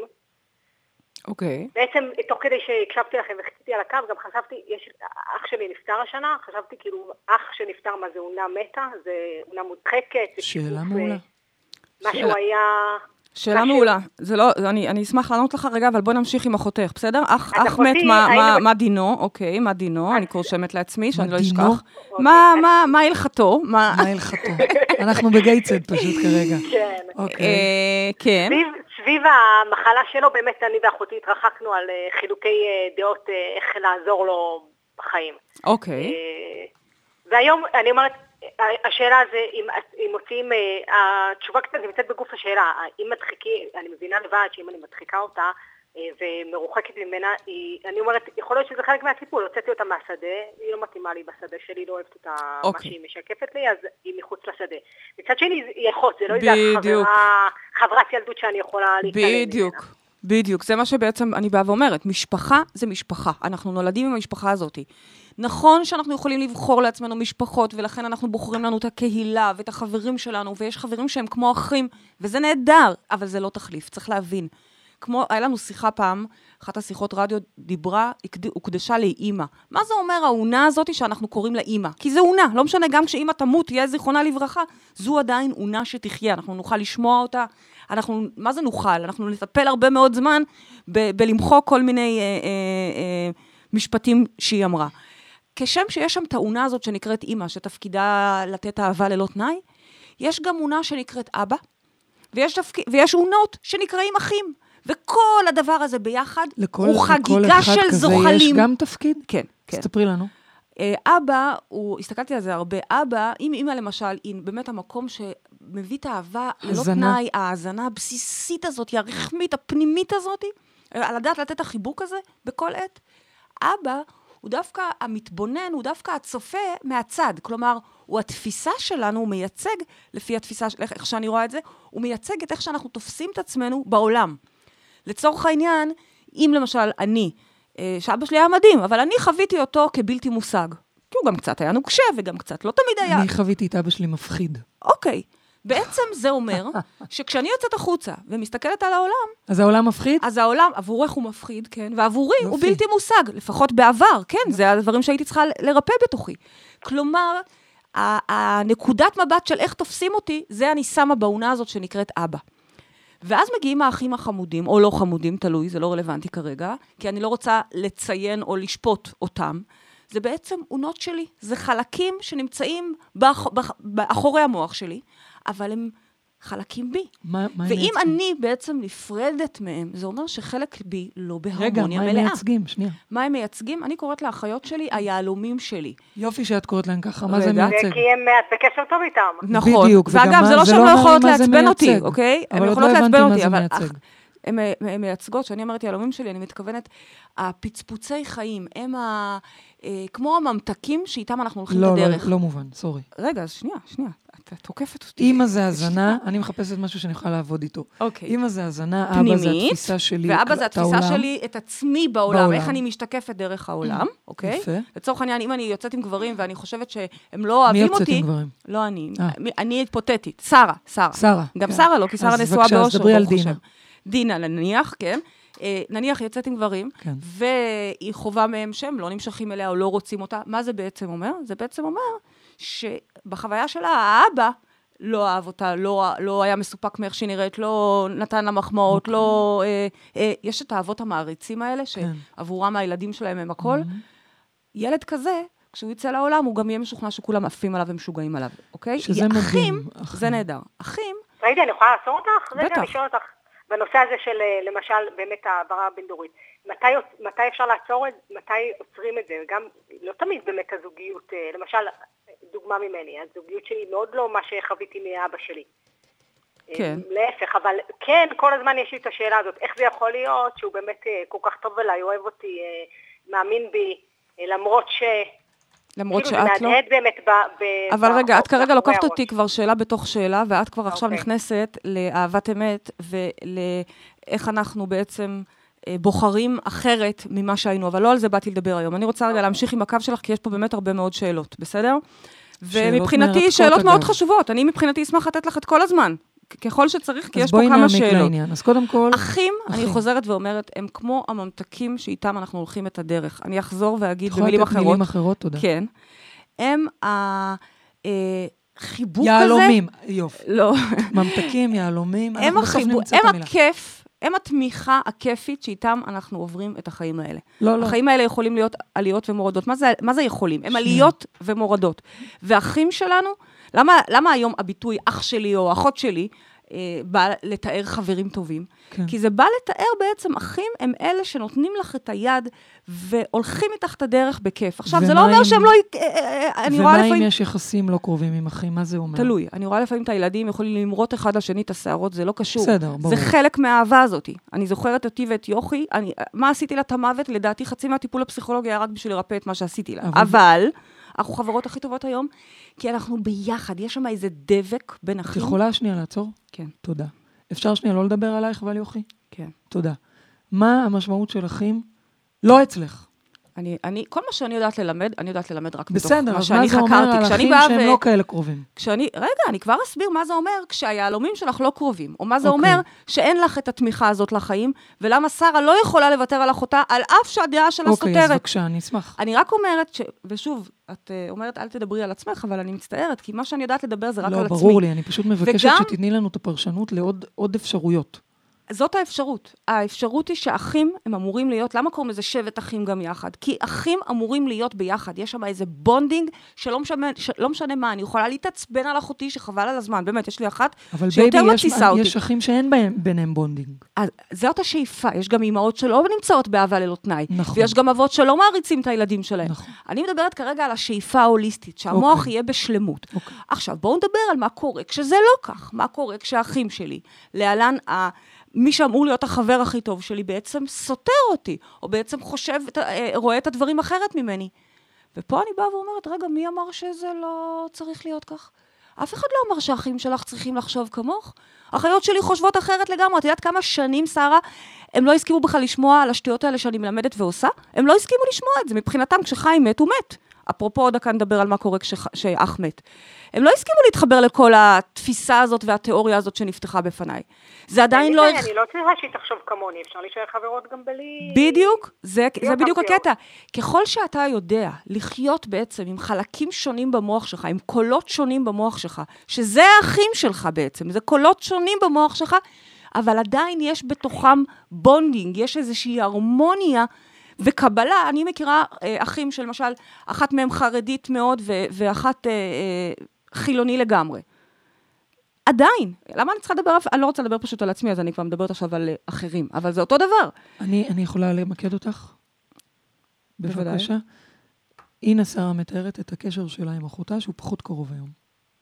אוקיי. בעצם, תוך כדי שהקשבתי לכם וחיציתי על הקו, גם חשבתי, יש, אח שלי נפטר השנה, חשבתי כאילו, אח שנפטר, מה זה עונה מתה, זה עונה מודחקת. שאלה מעולה. משהו היה... שאלה מעולה. זה לא, אני, אני אשמח לענות לך רגע, אבל בוא נמשיך עם אחותך, בסדר? אח, אח מת, מה, מה, מה דינו? אוקיי, מה דינו? אני קורשמת לעצמי, שאני לא אשכח. מה, מה, מה הלכתו? מה הלכתו? אנחנו בגייטסד פשוט כרגע. כן. אוקיי. כן. סביב המחלה שלו, באמת אני ואחותי התרחקנו על חילוקי דעות איך לעזור לו בחיים. אוקיי. והיום, אני אומרת, השאלה זה, אם, אם מוצאים, התשובה קצת נמצאת בגוף השאלה, אם מדחיקי, אני מבינה לבד שאם אני מדחיקה אותה ומרוחקת ממנה, היא, אני אומרת, יכול להיות שזה חלק מהטיפול, הוצאתי אותה מהשדה, היא לא מתאימה לי בשדה שלי, לא אוהבת אותה, okay. מה שהיא משקפת לי, אז היא מחוץ לשדה. מצד שני, היא יכול, זה לא יודעת חברה, חברת ילדות שאני יכולה להתעלם ממנה. בדיוק. בדיוק, זה מה שבעצם אני באה ואומרת, משפחה זה משפחה, אנחנו נולדים עם המשפחה הזאת. נכון שאנחנו יכולים לבחור לעצמנו משפחות, ולכן אנחנו בוחרים לנו את הקהילה ואת החברים שלנו, ויש חברים שהם כמו אחים, וזה נהדר, אבל זה לא תחליף, צריך להבין. כמו, היה לנו שיחה פעם, אחת השיחות רדיו דיברה, הוקדשה לאמא. מה זה אומר העונה הזאת שאנחנו קוראים לה אמא? כי זה עונה, לא משנה, גם כשאמא תמות, תהיה זיכרונה לברכה, זו עדיין עונה שתחיה, אנחנו נוכל לשמוע אותה, אנחנו, מה זה נוכל? אנחנו נטפל הרבה מאוד זמן ב- בלמחוק כל מיני אה, אה, אה, משפטים שהיא אמרה. כשם שיש שם את העונה הזאת שנקראת אמא, שתפקידה לתת אהבה ללא תנאי, יש גם עונה שנקראת אבא, ויש, תפק... ויש עונות שנקראים אחים. וכל הדבר הזה ביחד, לכל, הוא חגיגה של כזה זוחלים. יש גם תפקיד? כן, כן. תספרי לנו. אבא, הוא, הסתכלתי על זה הרבה, אבא, אם אמא למשל, היא באמת המקום שמביא את האהבה ללא תנאי, ההאזנה הבסיסית הזאת, הרחמית, הפנימית הזאת, על הדעת לתת את החיבוק הזה בכל עת. אבא, הוא דווקא המתבונן, הוא דווקא הצופה מהצד, כלומר, הוא התפיסה שלנו, הוא מייצג, לפי התפיסה, איך שאני רואה את זה, הוא מייצג את איך שאנחנו תופסים את עצמנו בעולם. לצורך העניין, אם למשל אני שאבא שלי היה מדהים, אבל אני חוויתי אותו כבלתי מושג. כי הוא גם קצת היה נוקשה, וגם קצת לא תמיד היה. אני חוויתי את אבא שלי מפחיד. אוקיי. בעצם זה אומר שכשאני יוצאת החוצה ומסתכלת על העולם, אז העולם מפחיד? אז העולם, עבורך הוא מפחיד, כן, ועבורי הוא בלתי מושג, לפחות בעבר, כן, זה הדברים שהייתי צריכה לרפא בתוכי. כלומר, הנקודת מבט של איך תופסים אותי, זה אני שמה בעונה הזאת שנקראת אבא. ואז מגיעים האחים החמודים, או לא חמודים, תלוי, זה לא רלוונטי כרגע, כי אני לא רוצה לציין או לשפוט אותם. זה בעצם עונות שלי, זה חלקים שנמצאים באח, באח, באחורי המוח שלי, אבל הם חלקים בי. מה, מה ואם אני בעצם נפרדת מהם, זה אומר שחלק בי לא בהרמוניה רגע, מלאה. רגע, מה הם מייצגים? שנייה. מה הם מייצגים? אני קוראת לאחיות שלי, היהלומים שלי. יופי שאת קוראת להם ככה, מה זה מייצג? זה כי הם בקשר טוב איתם. נכון. בדיוק, ואגב, זה לא שהן לא יכולות לעצבן אותי, אוקיי? הן יכולות לעצבן אותי, אבל הן מייצגות, שאני אומרת יהלומים שלי, אני מתכוונת, הפצפוצי חיים, הם ה... כמו הממתקים שאיתם אנחנו הולכים לדרך. לא, לא מובן, סורי. רגע, אז שנייה, שנייה. את תוקפת אותי. אמא זה הזנה, אני מחפשת משהו שאני יכולה לעבוד איתו. אוקיי. אמא זה הזנה, אבא זה התפיסה שלי, ואבא זה התפיסה שלי, את עצמי בעולם, איך אני משתקפת דרך העולם, אוקיי? יפה. לצורך העניין, אם אני יוצאת עם גברים, ואני חושבת שהם לא אוהבים אותי... מי יוצאת עם גברים? לא אני. אני היפותטית. שרה, שרה. שרה. גם שרה לא, כי שרה נשואה באושר. אז בבקשה, דברי על דינה. דינה, נניח, כן? נניח יצאת עם גברים, והיא חובה מהם שהם לא נמשכים אליה או לא רוצים אותה. מה זה בעצם אומר? זה בעצם אומר שבחוויה שלה, האבא לא אהב אותה, לא, לא היה מסופק מאיך שהיא נראית, לא נתן לה מחמאות, okay. לא... אה, אה, יש את האבות המעריצים האלה, שעבורם הילדים שלהם הם הכל. Mm-hmm. ילד כזה, כשהוא יצא לעולם, הוא גם יהיה משוכנע שכולם עפים עליו ומשוגעים עליו, אוקיי? שזה מדהים. אחים, זה נהדר. אחים... ראיתי, אני יכולה לעצור אותך? בטח. רגע, לשאול אותך. בנושא הזה של, למשל, באמת העברה הבין-דורית. מתי, מתי אפשר לעצור את זה? מתי עוצרים את זה? גם, לא תמיד באמת הזוגיות, למשל, דוגמה ממני, הזוגיות שלי מאוד לא מה שחוויתי מאבא שלי. כן. להפך, אבל כן, כל הזמן יש לי את השאלה הזאת, איך זה יכול להיות שהוא באמת כל כך טוב אליי, אוהב אותי, מאמין בי, למרות ש... למרות שאת לא... באמת ב, ב, אבל ב, רגע, את כרגע לוקחת הראש. אותי כבר שאלה בתוך שאלה, ואת כבר עכשיו אוקיי. נכנסת לאהבת אמת, ולאיך אנחנו בעצם בוחרים אחרת ממה שהיינו, אבל לא על זה באתי לדבר היום. אני רוצה רגע להמשיך עם הקו שלך, כי יש פה באמת הרבה מאוד שאלות, בסדר? ומבחינתי שאלות מאוד חשובות. אני מבחינתי אשמח לתת לך את כל הזמן. ככל שצריך, כי יש פה כמה שאלות. אז קודם כל... אחים, אני חוזרת ואומרת, הם כמו הממתקים שאיתם אנחנו הולכים את הדרך. אני אחזור ואגיד במילים אחרות. במילים אחרות, תודה. כן. הם החיבוק הזה... יעלומים, יופי. לא. ממתקים, יעלומים, אנחנו בסוף נמצא את המילה. הם הכיף, הם התמיכה הכיפית שאיתם אנחנו עוברים את החיים האלה. לא, לא. החיים האלה יכולים להיות עליות ומורדות. מה זה, מה זה יכולים? הם עליות ומורדות. ואחים שלנו, למה, למה היום הביטוי אח שלי או אחות שלי, אה, בא לתאר חברים טובים? כן. כי זה בא לתאר בעצם, אחים הם אלה שנותנים לך את היד, והולכים איתך את הדרך בכיף. עכשיו, זה לא אומר שהם לא... ומה אם יש יחסים לא קרובים עם אחים? מה זה אומר? תלוי. אני רואה לפעמים את הילדים יכולים למרות אחד לשני את השערות, זה לא קשור. בסדר, ברור. זה חלק מהאהבה הזאת. אני זוכרת אותי ואת יוכי, אני, מה עשיתי לה את המוות? לדעתי חצי מהטיפול הפסיכולוגי היה רק בשביל לרפא את מה שעשיתי לה. אבל, אבל אנחנו חברות הכי טובות היום, כי אנחנו ביחד, יש שם איזה דבק בין אחים. את יכולה שנייה לעצור? כן. תודה. אפשר שנייה לא לדבר עלייך ועל יוכי? כן. תודה. מה המשמעות של אחים? לא אצלך. אני, אני, כל מה שאני יודעת ללמד, אני יודעת ללמד רק בתוך בסדר, מה שאני חקרתי. בסדר, אז מה זה אומר על אחים שהם ו... לא כאלה קרובים? כשאני, רגע, אני כבר אסביר מה זה אומר כשהיהלומים שלך לא קרובים, או מה זה okay. אומר שאין לך את התמיכה הזאת לחיים, ולמה שרה לא יכולה לוותר על אחותה, על אף שהדעה שלה okay, סותרת. אוקיי, אז בבקשה, אני אשמח. אני רק אומרת, ש... ושוב, את uh, אומרת, אל תדברי על עצמך, אבל אני מצטערת, כי מה שאני יודעת לדבר זה רק לא, על עצמי. לא, ברור לי, אני פשוט מבקשת וגם... שתתני לנו את הפרשנות לעוד עוד אפשרויות. זאת האפשרות. האפשרות היא שאחים הם אמורים להיות, למה קוראים לזה שבט אחים גם יחד? כי אחים אמורים להיות ביחד. יש שם איזה בונדינג שלא משנה, שלא משנה מה, אני יכולה להתעצבן על אחותי שחבל על הזמן. באמת, יש לי אחת שיותר מתסיסה אותי. אבל בייבי, יש אחים שאין בהם, ביניהם בונדינג. אז זאת השאיפה. יש גם אימהות שלא נמצאות באהבה ללא תנאי. נכון. ויש גם אבות שלא מעריצים את הילדים שלהם. נכון. אני מדברת כרגע על השאיפה ההוליסטית, שהמוח אוקיי. יהיה בשלמות. אוקיי. עכשיו, בואו נדבר על מה קורה כשזה לא כך. מה קורה כשהאחים שלי, להלן ה... מי שאמור להיות החבר הכי טוב שלי בעצם סותר אותי, או בעצם חושב, רואה את הדברים אחרת ממני. ופה אני באה ואומרת, רגע, מי אמר שזה לא צריך להיות כך? אף אחד לא אמר שהאחים שלך צריכים לחשוב כמוך. אחיות שלי חושבות אחרת לגמרי. את יודעת כמה שנים, שרה, הם לא הסכימו בכלל לשמוע על השטויות האלה שאני מלמדת ועושה, הם לא הסכימו לשמוע את זה, מבחינתם כשחיים מת, הוא מת. אפרופו עוד כאן נדבר על מה קורה כשאח מת. הם לא הסכימו להתחבר לכל התפיסה הזאת והתיאוריה הזאת שנפתחה בפניי. זה עדיין לא... אני לא צריכה שהיא תחשוב כמוני, אפשר להישאר חברות גם בלי... בדיוק, זה, זה בדיוק הקטע. ככל שאתה יודע לחיות בעצם עם חלקים שונים במוח שלך, עם קולות שונים במוח שלך, שזה האחים שלך בעצם, זה קולות שונים במוח שלך, אבל עדיין יש בתוכם בונדינג, יש איזושהי הרמוניה וקבלה. אני מכירה אה, אחים שלמשל, אחת מהם חרדית מאוד ו- ואחת אה, אה, חילוני לגמרי. עדיין, למה אני צריכה לדבר, אני לא רוצה לדבר פשוט על עצמי, אז אני כבר מדברת עכשיו על אחרים, אבל זה אותו דבר. אני, אני יכולה למקד אותך? בבקשה. הנה שרה מתארת את הקשר שלה עם אחותה, שהוא פחות קרוב היום.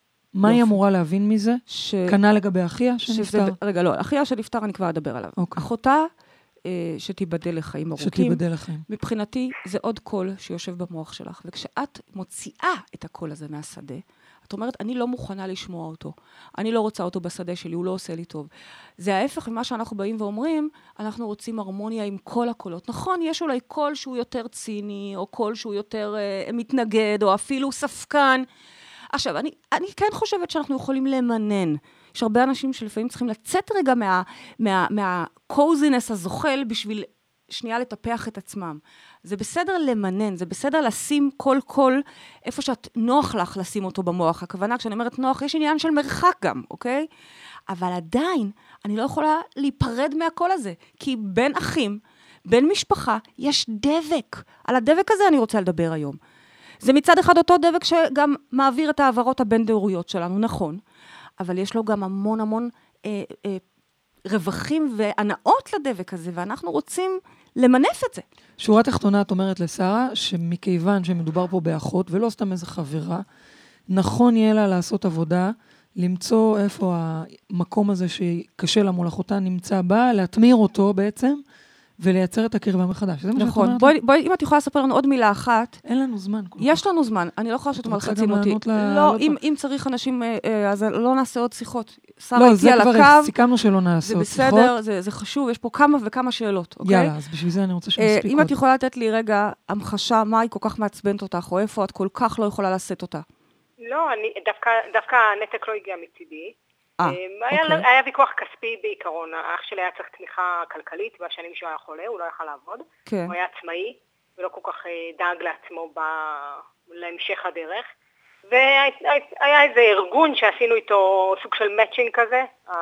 מה היא אמורה להבין מזה? ש... כנה לגבי אחיה שנפטר? שזה... רגע, לא, אחיה שנפטר אני כבר אדבר עליו. אוקיי. אחותה אה, שתיבדל לחיים ארוכים. שתיבדל לחיים. מבחינתי זה עוד קול שיושב במוח שלך, וכשאת מוציאה את הקול הזה מהשדה, את אומרת, אני לא מוכנה לשמוע אותו. אני לא רוצה אותו בשדה שלי, הוא לא עושה לי טוב. זה ההפך ממה שאנחנו באים ואומרים, אנחנו רוצים הרמוניה עם כל הקולות. נכון, יש אולי קול שהוא יותר ציני, או קול שהוא יותר אה, מתנגד, או אפילו ספקן. עכשיו, אני, אני כן חושבת שאנחנו יכולים למנן. יש הרבה אנשים שלפעמים צריכים לצאת רגע מה, מה, מה-coziness הזוחל בשביל שנייה לטפח את עצמם. זה בסדר למנן, זה בסדר לשים כל קול איפה שאת נוח לך לשים אותו במוח. הכוונה, כשאני אומרת נוח, יש עניין של מרחק גם, אוקיי? אבל עדיין, אני לא יכולה להיפרד מהקול הזה, כי בין אחים, בין משפחה, יש דבק. על הדבק הזה אני רוצה לדבר היום. זה מצד אחד אותו דבק שגם מעביר את העברות הבין-דוריות שלנו, נכון, אבל יש לו גם המון המון אה, אה, רווחים והנאות לדבק הזה, ואנחנו רוצים למנף את זה. שורה תחתונה, את אומרת לשרה, שמכיוון שמדובר פה באחות, ולא סתם איזה חברה, נכון יהיה לה לעשות עבודה, למצוא איפה המקום הזה שקשה לה מול אחותה נמצא בה, להתמיר אותו בעצם, ולייצר את הקרבה מחדש. נכון. בואי, בואי, אם את יכולה לספר לנו עוד מילה אחת. אין לנו זמן. יש לנו זמן. אני לא יכולה שאתם מלחצים אותי. לא, אם צריך אנשים, אז לא נעשה עוד שיחות. לא, זה כבר סיכמנו שלא נעשה עוד שיחות. זה בסדר, זה חשוב. יש פה כמה וכמה שאלות, אוקיי? יאללה, אז בשביל זה אני רוצה שנספיק עוד. אם את יכולה לתת לי רגע המחשה, מה היא כל כך מעצבנת אותך, או איפה את כל כך לא יכולה לשאת אותה? לא, דווקא הנתק לא הגיע מצידי. אה, היה, אוקיי. היה ויכוח כספי בעיקרון, האח שלי היה צריך תמיכה כלכלית, והשנים שהוא היה חולה, הוא לא יכל לעבוד, כן. הוא היה עצמאי, ולא כל כך דאג לעצמו ב... להמשך הדרך, והיה איזה ארגון שעשינו איתו סוג של מאצ'ינג כזה,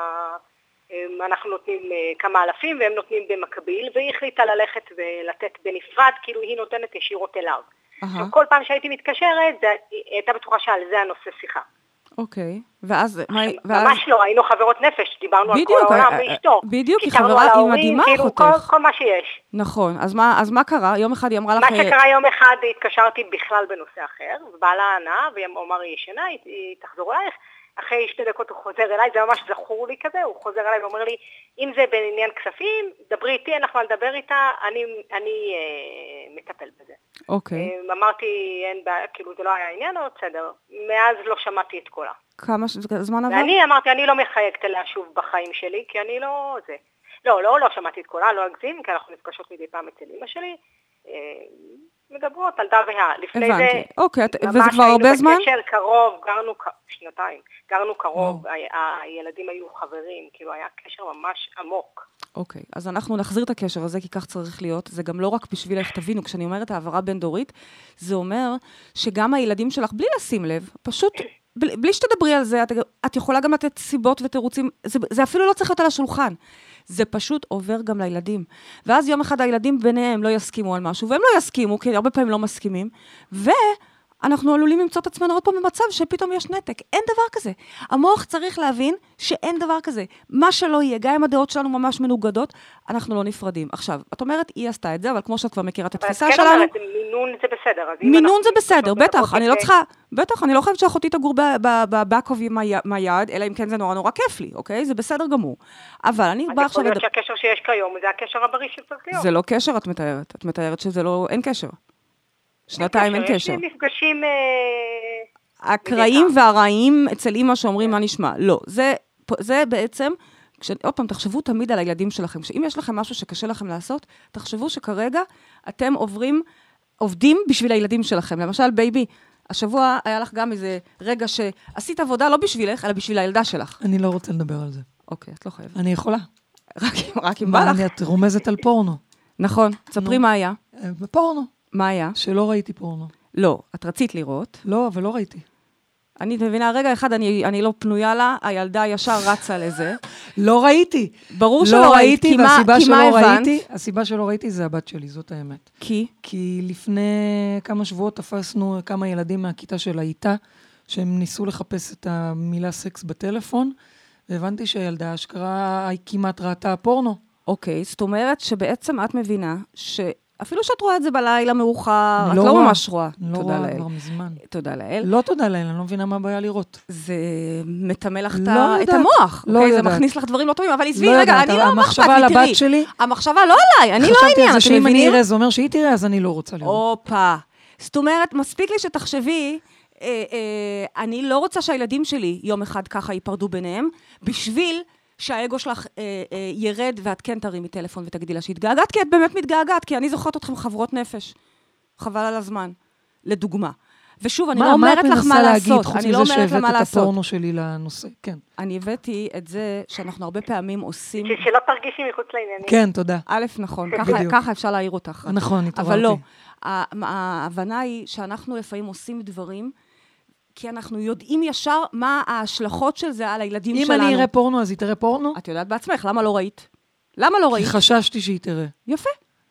אנחנו נותנים כמה אלפים והם נותנים במקביל, והיא החליטה ללכת ולתת בנפרד, כאילו היא נותנת ישירות אליו. אהה. כל פעם שהייתי מתקשרת, היא הייתה בטוחה שעל זה הנושא שיחה. אוקיי, ואז... ממש לא, היינו חברות נפש, דיברנו על כל העולם ואשתו. בדיוק, היא חברה, היא מדהימה אחותך. כל מה שיש. נכון, אז מה קרה? יום אחד היא אמרה לך... מה שקרה יום אחד, התקשרתי בכלל בנושא אחר, ובעלה ענה, והיא אמרה היא ישנה, היא תחזור אלייך. אחרי שתי דקות הוא חוזר אליי, זה ממש זכור לי כזה, הוא חוזר אליי ואומר לי, אם זה בעניין כספים, דברי איתי, אנחנו נדבר איתה, אני, אני אה, מטפל בזה. אוקיי. אה, אמרתי, אין בעיה, כאילו זה לא היה עניין, או בסדר. מאז לא שמעתי את קולה. כמה זמן עבר? ואני אמרתי, אני לא מחייגת אליה שוב בחיים שלי, כי אני לא זה. לא, לא, לא שמעתי את קולה, לא אגזים, כי אנחנו נפגשות מדי פעם אצל אמא שלי. אה, מדברות על דה וה. לפני הבנתי. זה, אוקיי, וזה כבר הרבה זמן? ממש היינו בקשר קרוב, גרנו שנתיים, גרנו קרוב, ה- הילדים היו חברים, כאילו היה קשר ממש עמוק. אוקיי, אז אנחנו נחזיר את הקשר הזה, כי כך צריך להיות. זה גם לא רק בשביל איך תבינו, כשאני אומרת העברה בין-דורית, זה אומר שגם הילדים שלך, בלי לשים לב, פשוט, בלי, בלי שתדברי על זה, את, את יכולה גם לתת סיבות ותירוצים, זה, זה אפילו לא צריך להיות על השולחן. זה פשוט עובר גם לילדים. ואז יום אחד הילדים ביניהם לא יסכימו על משהו, והם לא יסכימו, כי הרבה פעמים לא מסכימים, ואנחנו עלולים למצוא את עצמנו עוד פעם במצב שפתאום יש נתק. אין דבר כזה. המוח צריך להבין שאין דבר כזה. מה שלא יהיה, גם אם הדעות שלנו ממש מנוגדות, אנחנו לא נפרדים. עכשיו, את אומרת, היא עשתה את זה, אבל כמו שאת כבר מכירה את התפיסה שלנו... אבל כן אומרת, מינון זה בסדר. מינון זה בסדר, בטח. אני לא צריכה... בטח, אני לא חושבת שאחותי תגור ב-back of my yard, אלא אם כן זה נורא נורא כיף לי, אוקיי? זה בסדר גמור. אבל אני באה עכשיו... יכול להיות שהקשר שיש כיום, זה הקשר הבריא שצריך להיות. זה לא קשר, את מתארת. את מתארת שזה לא... אין קשר. שנתיים אין קשר. יש לי מפגשים... הקראים והרעים אצל אמא שאומרים מה נשמע. לא, זה בעצם כש... עוד פעם, תחשבו תמיד על הילדים שלכם. שאם יש לכם משהו שקשה לכם לעשות, תחשבו שכרגע אתם עוברים, עובדים בשביל הילדים שלכם. למשל, בייבי, השבוע היה לך גם איזה רגע שעשית עבודה לא בשבילך, אלא בשביל הילדה שלך. אני לא רוצה לדבר על זה. אוקיי, את לא חייבת. אני יכולה. רק, רק אם בא מה, לך. אני, את רומזת על פורנו. נכון, תספרי מה היה. אה, בפורנו. מה היה? שלא ראיתי פורנו. לא, את רצית לראות. לא, אבל לא ראיתי. אני מבינה, רגע אחד אני, אני לא פנויה לה, הילדה ישר רצה לזה. לא ראיתי. ברור לא שלא ראית, כי מה, והסיבה כי מה שלא הבנת? ראיתי, הסיבה שלא ראיתי זה הבת שלי, זאת האמת. כי? כי לפני כמה שבועות תפסנו כמה ילדים מהכיתה של האיתה, שהם ניסו לחפש את המילה סקס בטלפון, והבנתי שהילדה אשכרה כמעט ראתה פורנו. אוקיי, זאת אומרת שבעצם את מבינה שאפילו שאת רואה את זה בלילה מאוחר, את לא לא רואה. ממש רואה. אני לא תודה רואה לאל. כבר מזמן. תודה לאל. לא תודה לאל, אני לא מבינה מה הבעיה לראות. זה מטמא לך את לא ה- את יודעת, המוח. לא אוקיי? זה יודעת. מכניס לך דברים לא טובים, אבל עזבי, לא רגע, יודעת, אני לא מה אכפת המחשבה על לי, הבת תראי. שלי, המחשבה לא עליי, אני לא חשבתי העניין, על זה אתם שאם אני מבינים? אראה, זה אומר שהיא תראה, אז אני לא רוצה לראות. הופה. זאת אומרת, מספיק לי שתחשבי, אה, אה, אני לא רוצה שהילדים שלי יום אחד ככה ייפרדו ביניהם, בשביל שהאגו שלך אה, אה, ירד ואת כן תרימי טלפון ותגידי לה שהתגעגעת, כי את באמת מתגעגעת, כי אני זוכרת אתכם חברות נפש. חבל על הזמן, לדוגמה. ושוב, אני לא אומרת לך מה לעשות. אני לא אומרת לה מה את לעשות. הפורנו שלי לנושא, כן. אני הבאתי את זה שאנחנו הרבה פעמים עושים... שלא תרגישי מחוץ לעניינים. כן, תודה. א', נכון, ככה, בדיוק. ככה אפשר להעיר אותך. נכון, התעוררתי. אבל לא, ה- ההבנה היא שאנחנו לפעמים עושים דברים, כי אנחנו יודעים ישר מה ההשלכות של זה על הילדים אם שלנו. אני אראה פורנו, אז היא תראה פורנו? את יודעת בעצמך, למה לא ראית? למה לא כי ראית? חששתי שהיא תראה. יפה.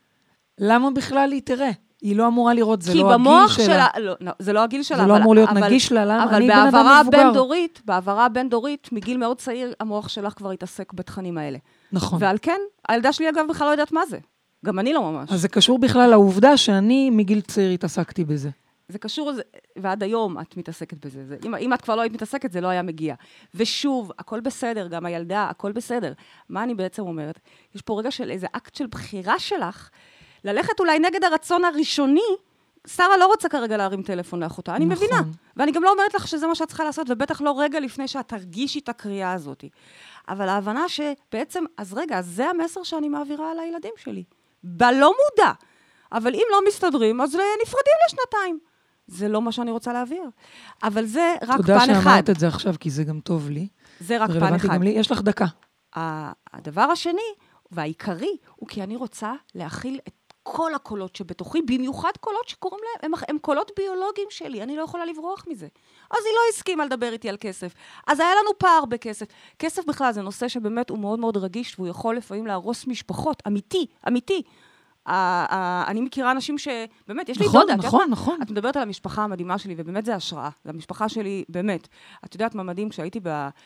למה בכלל היא תראה? היא לא אמורה לראות, זה כי לא הגיל במוח שלה. שלה, לא, לא, זה לא הגיל שלה. זה לא אבל- אמור להיות אבל- נגיש לה, למה? אבל אני בן אדם בהעברה מבוגר. הבין-דורית, בהעברה הבין-דורית, מגיל מאוד צעיר, המוח שלך כבר התעסק בתכנים האלה. נכון. ועל כן, הילדה שלי אגב בכלל לא יודעת מה זה. גם אני לא ממש. אז זה קשור בכלל לעובדה שאני מגיל צעיר התעסקתי בזה. זה קשור, זה- ועד היום את מתעסקת בזה. זה, אם, אם את כבר לא היית מתעסקת, זה לא היה מגיע. ושוב, הכל בסדר, גם הילדה, הכל בסדר. מה אני בעצם אומרת? יש פה רגע של איזה אקט של בחירה שלך, ללכת אולי נגד הרצון הראשוני, שרה לא רוצה כרגע להרים טלפון לאחותה, אני נכון. מבינה. ואני גם לא אומרת לך שזה מה שאת צריכה לעשות, ובטח לא רגע לפני שאת תרגישי את הקריאה הזאת. אבל ההבנה שבעצם, אז רגע, אז זה המסר שאני מעבירה על הילדים שלי. בלא מודע. אבל אם לא מסתדרים, אז נפרדים לשנתיים. זה לא מה שאני רוצה להעביר. אבל זה רק תודה פן אחד. שאמרת את זה עכשיו, כי זה גם טוב לי. זה רק פן רלוונטי אחד. גם לי. יש לך דקה. ה- הדבר השני, והעיקרי, הוא כי אני רוצה להכיל את כל הקולות שבתוכי, במיוחד קולות שקוראים להם, הם, הם קולות ביולוגיים שלי, אני לא יכולה לברוח מזה. אז היא לא הסכימה לדבר איתי על כסף. אז היה לנו פער בכסף. כסף בכלל זה נושא שבאמת הוא מאוד מאוד רגיש, והוא יכול לפעמים להרוס משפחות, אמיתי, אמיתי. ה- ה- אני מכירה אנשים שבאמת, יש לי נכון, דודה. את יודעת נכון, מה? נכון. את מדברת על המשפחה המדהימה שלי, ובאמת זה השראה. זה המשפחה שלי, באמת. את יודעת מה מדהים, כשהייתי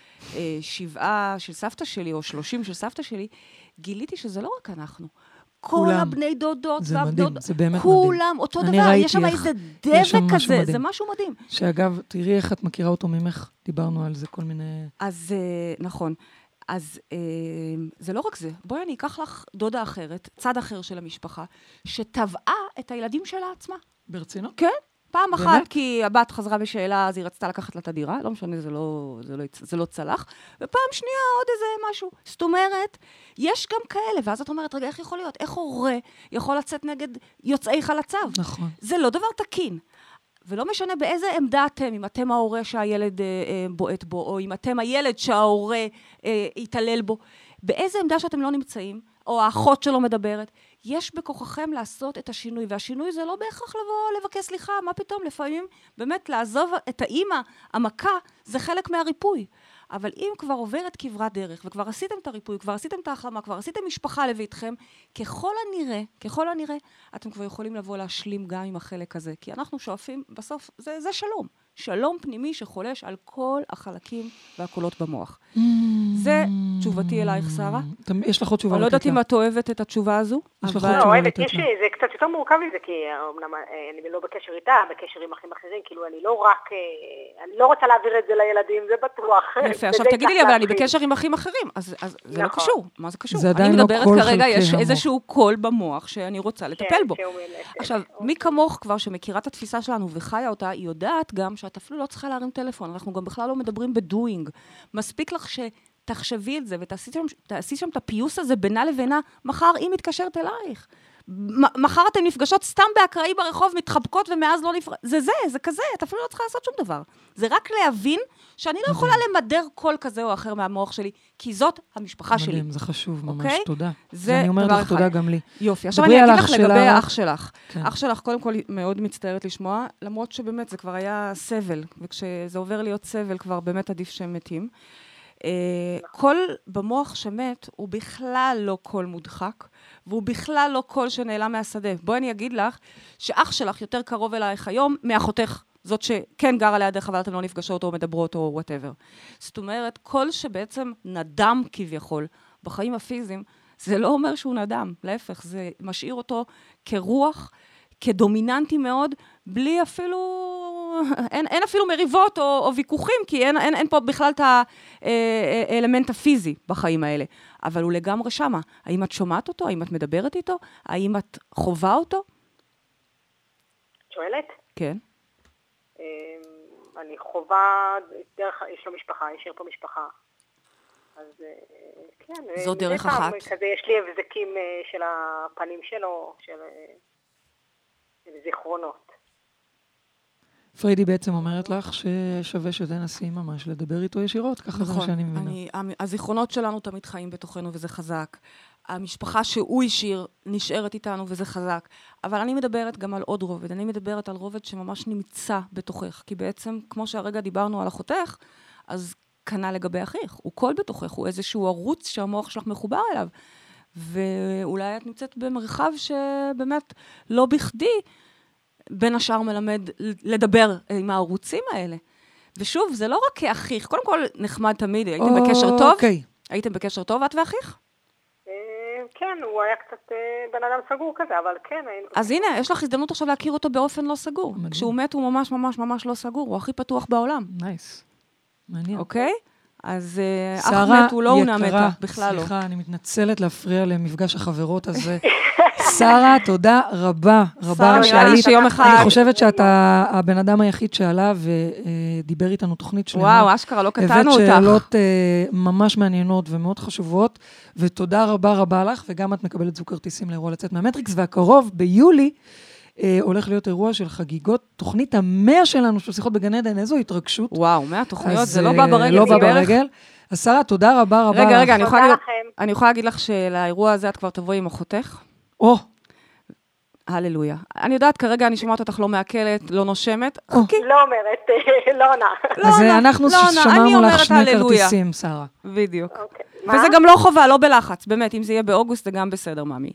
בשבעה של סבתא שלי, או שלושים של סבתא שלי, גיליתי שזה לא רק אנחנו. כל כולם. הבני דודות, זה והבני מדהים, דודות, זה באמת כולם, מדהים. אותו אני דבר, ראיתי יש שם איך- איזה יש שם דבק משהו כזה, מדהים. זה משהו מדהים. שאגב, תראי איך את מכירה אותו ממך, דיברנו על זה כל מיני... אז אה, נכון. אז אה, זה לא רק זה. בואי אני אקח לך דודה אחרת, צד אחר של המשפחה, שטבעה את הילדים שלה עצמה. ברצינות? כן, פעם אחת, באמת? כי הבת חזרה בשאלה, אז היא רצתה לקחת לה את הדירה, לא משנה, זה לא, זה לא, זה לא צלח, ופעם שנייה עוד איזה משהו. זאת אומרת, יש גם כאלה, ואז את אומרת, רגע, איך יכול להיות? איך הורה יכול לצאת נגד יוצאי חלציו? נכון. זה לא דבר תקין. ולא משנה באיזה עמדה אתם, אם אתם ההורה שהילד אה, אה, בועט בו, או אם אתם הילד שההורה אה, יתעלל בו, באיזה עמדה שאתם לא נמצאים, או האחות שלו מדברת, יש בכוחכם לעשות את השינוי, והשינוי זה לא בהכרח לבוא לבקש סליחה, מה פתאום? לפעמים באמת לעזוב את האמא, המכה, זה חלק מהריפוי. אבל אם כבר עוברת כברת דרך, וכבר עשיתם את הריפוי, כבר עשיתם את ההחלמה, כבר עשיתם משפחה לביתכם, ככל הנראה, ככל הנראה, אתם כבר יכולים לבוא להשלים גם עם החלק הזה. כי אנחנו שואפים, בסוף, זה, זה שלום. שלום פנימי שחולש על כל החלקים והקולות במוח. זה תשובתי אלייך, שרה. אתם- יש לך עוד תשובה אני לא יודעת לתת לה? אם את אוהבת את התשובה הזו, יש לך אבל... עוד לא, תשובה אוהבת, לתת יש, לה. זה קצת יותר מורכב מזה, כי אמנם אה, אני לא בקשר איתה, בקשר עם אחים אחרים, כאילו אני לא רק, אה, אני לא רוצה להעביר את זה לילדים, זה בטוח. יפה, עכשיו וזה תגידי לי, ייקח אבל אני להתחיל. בקשר עם אחים אחרים, אז אז זה לא נכון. קשור. מה זה קשור? זה עדיין אני לא מדברת כל כרגע, חלקי יש המוח. איזשהו קול במוח שאני רוצה לטפל כן, בו. שהוא מלך. עכשיו, מי כמוך כבר שמכירה את התפיסה שלנו וחיה אותה, היא יודעת גם שאת אפילו לא צריכה להרים טלפון, אנחנו גם בכלל לא מדברים בדואינג. מספיק לך תחשבי את זה, ותעשי שם, תעשי שם את הפיוס הזה בינה לבינה, מחר היא מתקשרת אלייך. מחר אתן נפגשות סתם באקראי ברחוב, מתחבקות ומאז לא נפגשות. זה זה, זה כזה, את אפילו לא צריכה לעשות שום דבר. זה רק להבין שאני לא יכולה למדר קול כזה או אחר מהמוח שלי, כי זאת המשפחה שלי. מדהים, זה חשוב ממש, אוקיי? תודה. זה אני אומרת לך תודה גם לי. יופי, עכשיו אני אגיד לך לגבי אח שלך. אח שלך, קודם כל, מאוד מצטערת לשמוע, למרות שבאמת זה כבר היה סבל, וכשזה עובר להיות סבל, כבר באמת עדיף שהם מתים. קול במוח שמת הוא בכלל לא קול מודחק, והוא בכלל לא קול שנעלם מהשדה. בואי אני אגיד לך שאח שלך יותר קרוב אלייך היום מאחותך, זאת שכן גרה לידך, אבל אתם לא נפגשות או מדברות או whatever. זאת אומרת, קול שבעצם נדם כביכול בחיים הפיזיים, זה לא אומר שהוא נדם, להפך, זה משאיר אותו כרוח, כדומיננטי מאוד, בלי אפילו, אין, אין אפילו מריבות או, או ויכוחים, כי אין, אין, אין פה בכלל את האלמנט הפיזי בחיים האלה. אבל הוא לגמרי שמה. האם את שומעת אותו? האם את מדברת איתו? האם את חובה אותו? שואלת? כן. אני חובה, דרך, יש לו משפחה, יש פה משפחה. אז כן. זו דרך אחת. כזה, יש לי הבזקים של הפנים שלו, של... זיכרונות. פריידי בעצם אומרת לך ששווה שתנסי ממש לדבר איתו ישירות, ככה זה מה שאני מבינה. הזיכרונות שלנו תמיד חיים בתוכנו וזה חזק. המשפחה שהוא השאיר נשארת איתנו וזה חזק. אבל אני מדברת גם על עוד רובד. אני מדברת על רובד שממש נמצא בתוכך. כי בעצם, כמו שהרגע דיברנו על אחותך, אז כנה לגבי אחיך. הוא כל בתוכך, הוא איזשהו ערוץ שהמוח שלך מחובר אליו. ואולי את נמצאת במרחב שבאמת לא בכדי בין השאר מלמד לדבר עם הערוצים האלה. ושוב, זה לא רק כאחיך, קודם כל נחמד תמיד, הייתם בקשר טוב? הייתם בקשר טוב, את ואחיך? כן, הוא היה קצת בן אדם סגור כזה, אבל כן. אז הנה, יש לך הזדמנות עכשיו להכיר אותו באופן לא סגור. כשהוא מת הוא ממש ממש ממש לא סגור, הוא הכי פתוח בעולם. נייס. מעניין. אוקיי? אז אחמד הוא לא עונה מתה, בכלל לא. סליחה, אני מתנצלת להפריע למפגש החברות הזה. שרה, תודה רבה, רבה שעלית. אני חושבת שאתה הבן אדם היחיד שעלה ודיבר איתנו תוכנית שלמה. וואו, אשכרה, לא קטענו אותך. הבאת שאלות ממש מעניינות ומאוד חשובות, ותודה רבה רבה לך, וגם את מקבלת זוג כרטיסים לאירוע לצאת מהמטריקס, והקרוב ביולי, הולך להיות אירוע של חגיגות, תוכנית המאה שלנו של שיחות בגן עדן, איזו התרגשות. וואו, מאה תוכניות, זה לא בא ברגל. לא בא ברגל. אז שרה, תודה רבה רבה. רגע, רגע, אני יכולה להגיד לך שלאירוע הזה את כבר תבואי עם אחותך. או. הללויה. אני יודעת, כרגע אני שומעת אותך לא מעכלת, לא נושמת. לא אומרת, לא עונה. אז אנחנו שמענו לך שני כרטיסים, שרה. בדיוק. וזה גם לא חובה, לא בלחץ. באמת, אם זה יהיה באוגוסט, זה גם בסדר, מאמי.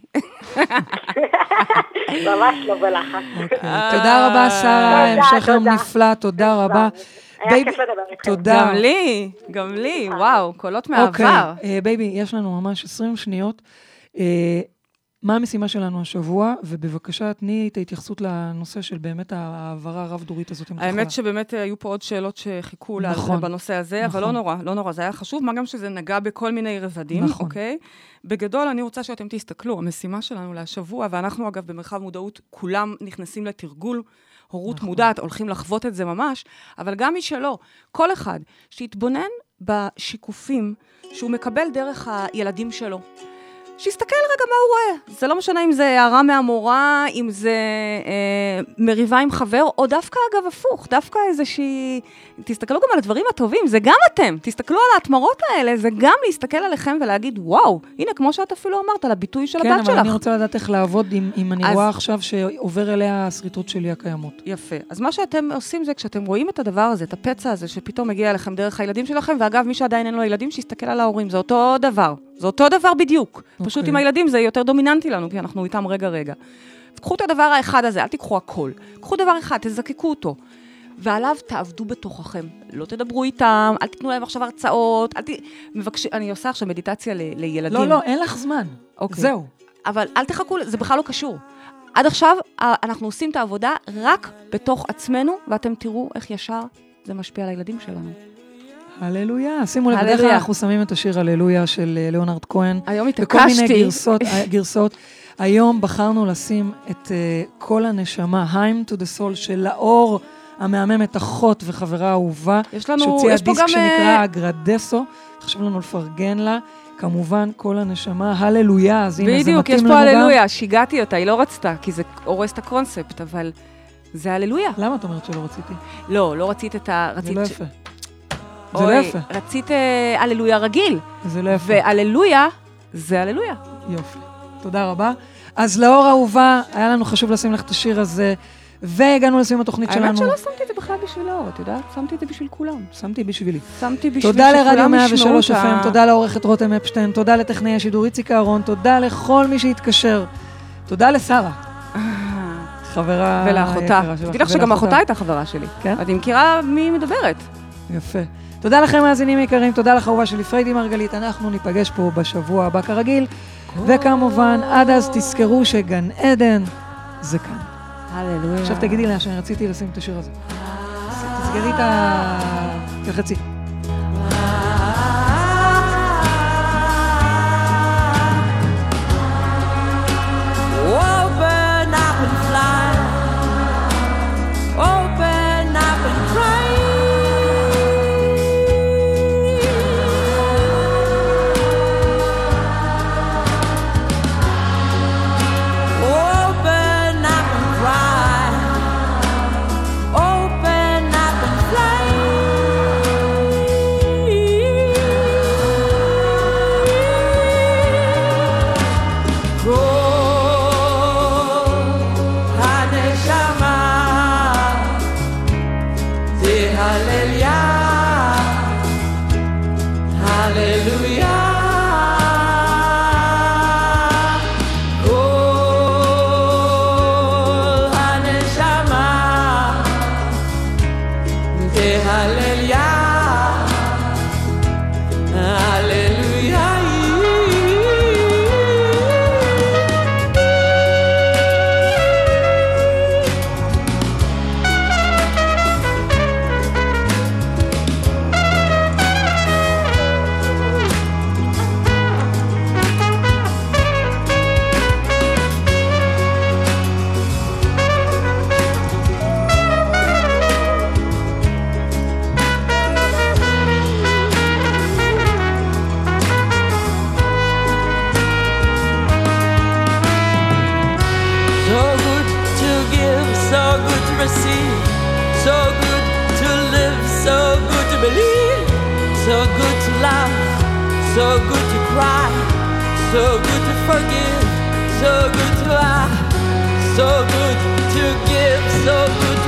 ממש לא בלחץ. תודה רבה, שרה, המשך יום נפלא, תודה רבה. היה כיף לדבר איתכם. תודה. גם לי, גם לי, וואו, קולות מעבר. בייבי, יש לנו ממש עשרים שניות. מה המשימה שלנו השבוע, ובבקשה תני את ההתייחסות לנושא של באמת העברה הרב-דורית הזאת. האמת שבאמת היו פה עוד שאלות שחיכו בנושא הזה, אבל לא נורא, לא נורא, זה היה חשוב, מה גם שזה נגע בכל מיני רבדים, אוקיי? בגדול אני רוצה שאתם תסתכלו, המשימה שלנו להשבוע, ואנחנו אגב במרחב מודעות, כולם נכנסים לתרגול, הורות מודעת, הולכים לחוות את זה ממש, אבל גם מי שלא, כל אחד שיתבונן בשיקופים שהוא מקבל דרך הילדים שלו, שיסתכל רגע מה הוא רואה. זה לא משנה אם זה הערה מהמורה, אם זה אה, מריבה עם חבר, או דווקא אגב הפוך, דווקא איזושהי... תסתכלו גם על הדברים הטובים, זה גם אתם. תסתכלו על ההתמרות האלה, זה גם להסתכל עליכם ולהגיד, וואו, הנה כמו שאת אפילו אמרת, על הביטוי של כן, הבת שלך. כן, אבל אני רוצה לדעת איך לעבוד אם, אם אני אז... רואה עכשיו שעובר אליה הסריטות שלי הקיימות. יפה. אז מה שאתם עושים זה, כשאתם רואים את הדבר הזה, את הפצע הזה, שפתאום מגיע אליכם דרך הילדים שלכם, ואגב, מי שעדיין אין לו ילדים, שיסתכל על ההורים. זה אותו דבר. זה אותו דבר בדיוק. Okay. פשוט עם הילדים זה יותר דומיננטי לנו, כי אנחנו איתם רגע רגע. קחו את הדבר האחד הזה, אל תיקחו הכל. קחו דבר אחד, תזקקו אותו. ועליו תעבדו בתוככם. לא תדברו איתם, אל תתנו להם עכשיו הרצאות, אל ת... מבקש... אני עושה עכשיו מדיטציה ל... לילדים. לא, לא, אין לך זמן. Okay. זהו. אבל אל תחכו, זה בכלל לא קשור. עד עכשיו אנחנו עושים את העבודה רק בתוך עצמנו, ואתם תראו איך ישר זה משפיע על הילדים שלנו. הללויה, שימו לב, בדרך כלל אנחנו שמים את השיר הללויה של ליאונרד כהן. היום התעקשתי. בכל מיני גרסות, גרסות. היום בחרנו לשים את uh, כל הנשמה, Hymn to the Soul של האור המהממת, אחות וחברה אהובה, יש לנו- שהוציאה יש פה דיסק גם, שנקרא אה, אגרדסו, חשוב לנו לפרגן לה, כמובן כל הנשמה, הללויה, אז הנה זה בדיוק, יש מתאים פה לנו גם. הללויה, שיגעתי אותה, היא לא רצתה, כי זה הורס את הקונספט, אבל זה הללויה. למה את אומרת שלא רציתי? לא, לא רצית את ה... זה רצית לא ש- יפה. זה לא אוי, יפה. רצית אה, הללויה רגיל, זה לא יפה. והללויה זה הללויה. יופי. תודה רבה. אז לאור אהובה, היה לנו חשוב לשים לך את השיר הזה, והגענו לסיום התוכנית שלנו. האמת שלא שמתי את זה בכלל בשביל האור, את יודעת? שמתי את זה בשביל כולם. שמתי בשבילי. שמתי בשביל תודה לרדיו שכולם מאה ישמעו ושלוש אותה. אף אם, תודה לעורכת רותם אפשטיין, תודה לטכנאי השידור איציק אהרון, תודה לכל מי שהתקשר, תודה לשרה, חברה ולאחותה. יקרה שלך, תדעי לך שגם ולאחותה. אחותה הייתה חברה שלי. כן? את מכירה מי מדברת. יפה. תודה לכם מאזינים יקרים, תודה לך אהובה שלי פריידי מרגלית, אנחנו ניפגש פה בשבוע הבא כרגיל, וכמובן עד אז תזכרו שגן עדן זה כאן. הללויה. עכשיו תגידי לה שאני רציתי לשים את השיר הזה. תסגרי את ה... תלחצי. Open up and fly. Open up and cry. Open up and cry. Open up and fly. So good to give, so good to receive, so good to live, so good to believe, so good to laugh, so good to cry, so good to forgive, so good to laugh, so good to give, so good